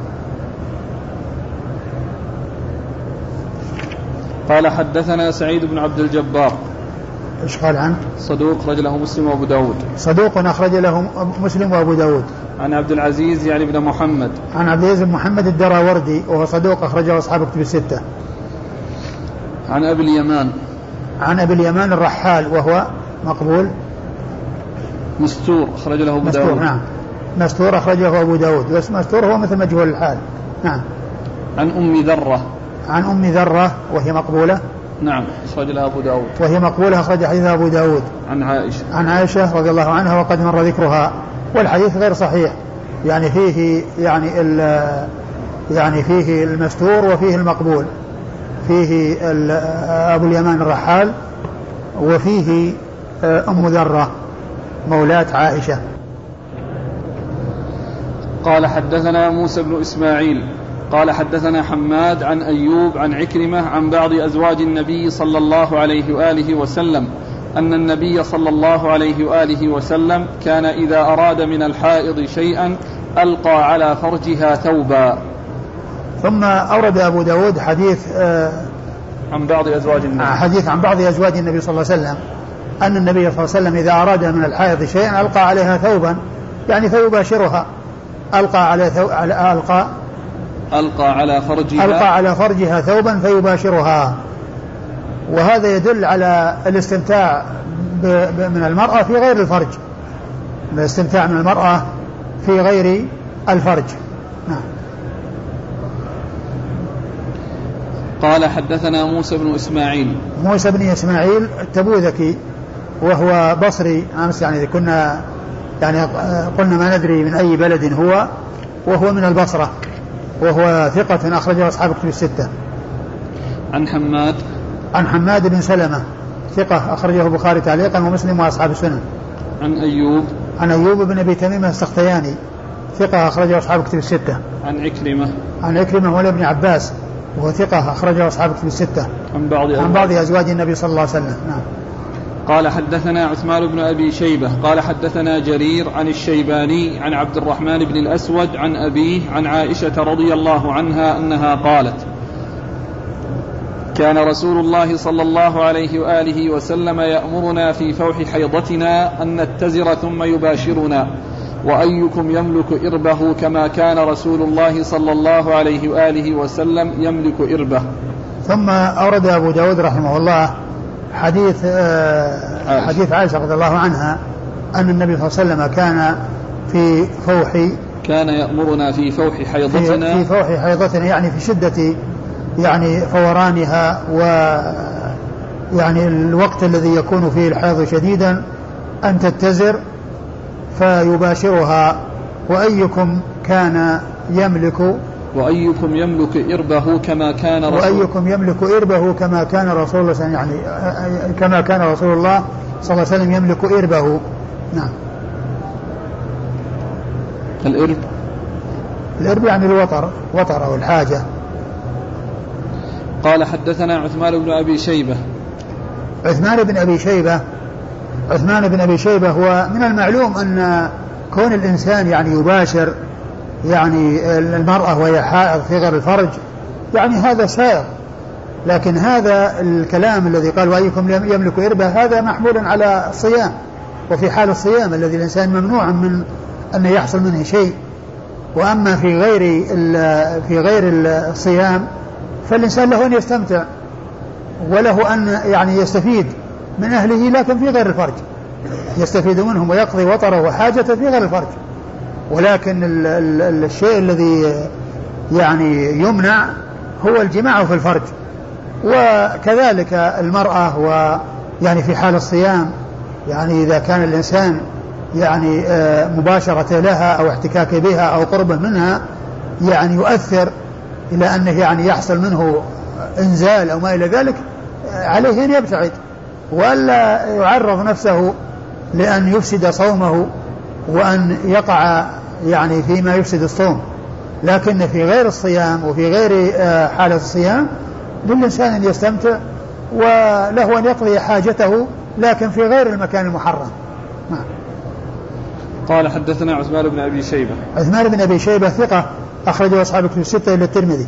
قال حدثنا سعيد بن عبد الجبار. ايش قال عنه؟ صدوق أخرج له مسلم وأبو داود. صدوق أخرج له مسلم وأبو داود. عن عبد العزيز يعني بن محمد. عن عبد العزيز بن محمد الدراوردي وهو صدوق أخرجه أصحاب الكتب الستة. عن أبي اليمان. عن أبي اليمان الرحال وهو مقبول. مستور أخرج له أبو داود. نعم، مستور أخرجه أبو داود، بس مستور هو مثل مجهول الحال. نعم. عن أم ذرة. عن أم ذرة وهي مقبولة. نعم، أخرج لها أبو داود. وهي مقبولة أخرج حديثها أبو داود. عن عائشة. عن عائشة رضي الله عنها وقد مر ذكرها، والحديث غير صحيح، يعني فيه يعني يعني فيه المستور وفيه المقبول، فيه أبو اليمان الرحال، وفيه أم ذرة مولاة عائشة. قال حدثنا موسى بن إسماعيل قال حدثنا حماد عن أيوب عن عكرمة عن بعض أزواج النبي صلى الله عليه وآله وسلم أن النبي صلى الله عليه وآله وسلم كان إذا أراد من الحائض شيئا ألقى على فرجها ثوبا. ثم أورد أبو داود حديث عن بعض أزواج النبي، حديث عن بعض أزواج النبي صلى الله عليه وسلم أن النبي صلى الله عليه وسلم إذا أراد من الحائض شيئا ألقى عليها ثوبا، يعني فيباشرها، ألقى على فرجها ثوبا فيباشرها. وهذا يدل على الاستمتاع من المرأة في غير الفرج، الاستمتاع من المرأة في غير الفرج. نعم. قال حدثنا موسى بن إسماعيل التبوذكي وهو بصري أمس، يعني قلنا ما ندري من أي بلد هو، وهو من البصرة، وهو ثقة أخرجه أصحاب كتب الستة. عن حماد بن سلمة ثقة أخرجه البخاري تعليقا ومسلم وأصحاب السنن. عن أيوب بن أبي تميم السختياني ثقة أخرجه أصحاب كتب الستة. عن عكرمة ولا ابن عباس وهو ثقة أخرجه أصحاب كتب الستة. عن بعض أزواج النبي صلى الله عليه وسلم. نعم. قال حدثنا عثمان بن أبي شيبة قال حدثنا جرير عن الشيباني عن عبد الرحمن بن الأسود عن أبيه عن عائشة رضي الله عنها أنها قالت: كان رسول الله صلى الله عليه وآله وسلم يأمرنا في فوح حيضتنا أن نتزر ثم يباشرنا، وأيكم يملك إربه كما كان رسول الله صلى الله عليه وآله وسلم يملك إربه. ثم أورد أبو داود رحمه الله حديث عائشة رضي الله عنها أن النبي صلى الله عليه وسلم كان يأمرنا في فوح حيضتنا، يعني في شدة يعني فورانها، ويعني الوقت الذي يكون فيه الحيض شديدا أن تتزر فيباشرها. وأيكم يملك إربه كما كان رسول الله يعني كما كان رسول الله صلى الله عليه وسلم يملك إربه. نعم. الإرب يعني الوتر أو الحاجة. قال حدثنا عثمان بن أبي شيبة هو من المعلوم أن كون الإنسان يعني يباشر يعني المرأة وهي حائض في غير الفرج يعني هذا سائر، لكن هذا الكلام الذي قال وأيكم يملك إربه هذا محمول على الصيام، وفي حال الصيام الذي الإنسان ممنوع من أن يحصل منه شيء. وأما في غير الصيام فالإنسان له أن يستمتع وله أن يعني يستفيد من أهله، لكن في غير الفرج يستفيد منهم ويقضي وطره وحاجته في غير الفرج. ولكن الشيء الذي يعني يمنع هو الجماع في الفرج. وكذلك المرأة ويعني في حال الصيام يعني إذا كان الإنسان يعني مباشرة لها أو احتكاك بها أو قربه منها يعني يؤثر إلى أنه يعني يحصل منه إنزال أو ما إلى ذلك، عليه أن يبتعد وألا يعرض نفسه لأن يفسد صومه وأن يقع يعني فيما يفسد الصوم. لكن في غير الصيام وفي غير حالة الصيام للإنسان أن يستمتع وله أن يقضي حاجته لكن في غير المكان المحرم. قال حدثنا عثمان بن أبي شيبة ثقة أخرجه أصحاب الكتب الستة إلى الترمذي.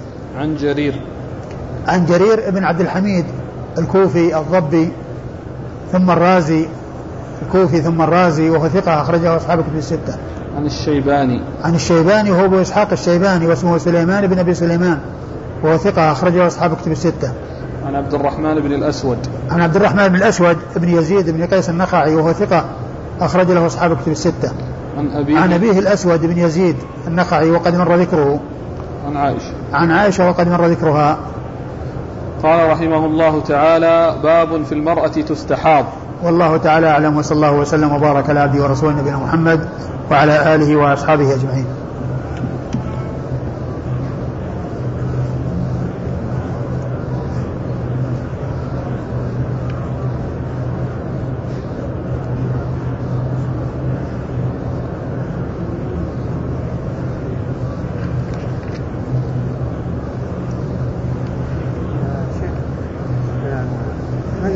عن جرير بن عبد الحميد الكوفي الضبي ثم الرازي وهو ثقة أخرجه أصحاب الكتب الستة. عن الشيباني وهو أبو إسحاق الشيباني واسمه سليمان بن أبي سليمان وهو ثقة أخرجه أصحاب الكتب الستة. عن عبد الرحمن بن الأسود بن يزيد بن قيس النخعي وهو ثقة أخرج له أصحاب الكتب الستة. عن أبيه الأسود بن يزيد النخعي وقد مر ذكره. عن عائشة وقد مر ذكرها. قال رحمه الله تعالى: باب في المرأة تستحاض. والله تعالى أعلم، وصلى الله وسلم وبارك على عبده ورسوله نبينا محمد وعلى آله وأصحابه أجمعين.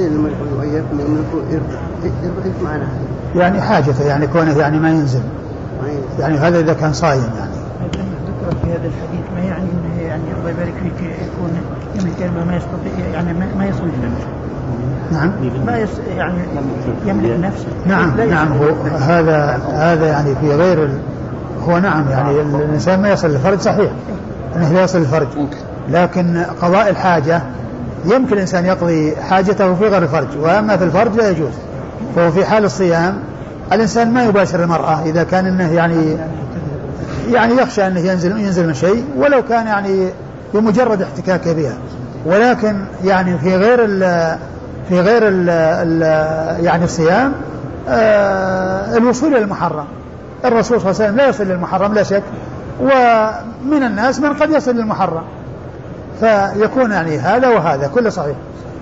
يربط معنا يعني حاجته يعني كونه يعني ما ينزل يعني هذا إذا كان صايم يعني. ذكر في هذا الحديث ما يعني إنه يعني الله يبارك فيك يكون يملك كلمة ما يستطيع يعني ما يصل لنفسه. نعم. ما يعني يملك نفسه. نعم هو هذا يعني في غير هو نعم يعني الإنسان ما يصل للفرج صحيح أنه لا يصل للفرج لكن قضاء الحاجة يمكن الإنسان يقضي حاجته في غير الفرج وأما في الفرج لا يجوز. فهو في حال الصيام الإنسان ما يباشر المرأة إذا كان إنه يعني يخشى أنه ينزل من شيء ولو كان يعني بمجرد احتكاك بها ولكن يعني في غير ال يعني الصيام الوصول إلى المحرم. الرسول صلى الله عليه وسلم لا يصل للمحرم لا شك ومن الناس من قد يصل للمحرم فيكون يعني هذا وهذا كله صحيح.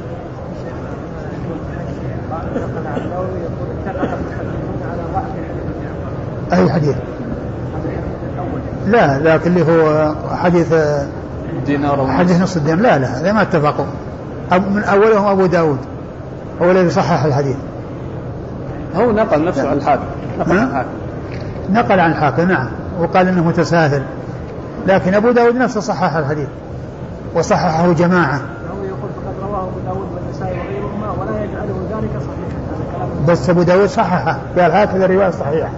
أي حديث؟ لا لكن اللي هو حديث حديث نص الدين لا هذا ما اتفقوا. من أولهم أبو داود هو الذي صحح الحديث. هو نقل نفسه عن الحاكم نقل عن الحاكم نعم وقال إنه متساهل لكن أبو داود نفسه صحح الحديث وصححه جماعة. هو يقول فقد رواه أبو داود والنسائي وغيرهما ولا يجعله ذلك صحيحا. بس أبو داود صححه قال هكذا الرواية صحيحة.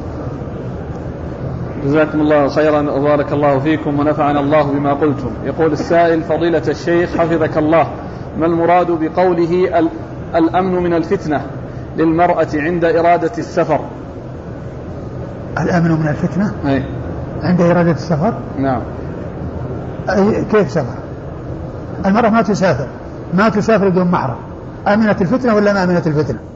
جزاكم الله خيرا وبارك الله فيكم ونفعنا الله بما قلتم. يقول السائل فضيلة الشيخ حفظك الله ما المراد بقوله الأمن من الفتنة للمرأة عند إرادة السفر؟ الأمن من الفتنة أي. عند إرادة السفر؟ نعم. كيف سفر؟ المرأة ما تسافر بدون محرم. أمنة الفتنة ولا ما أمنة الفتنة؟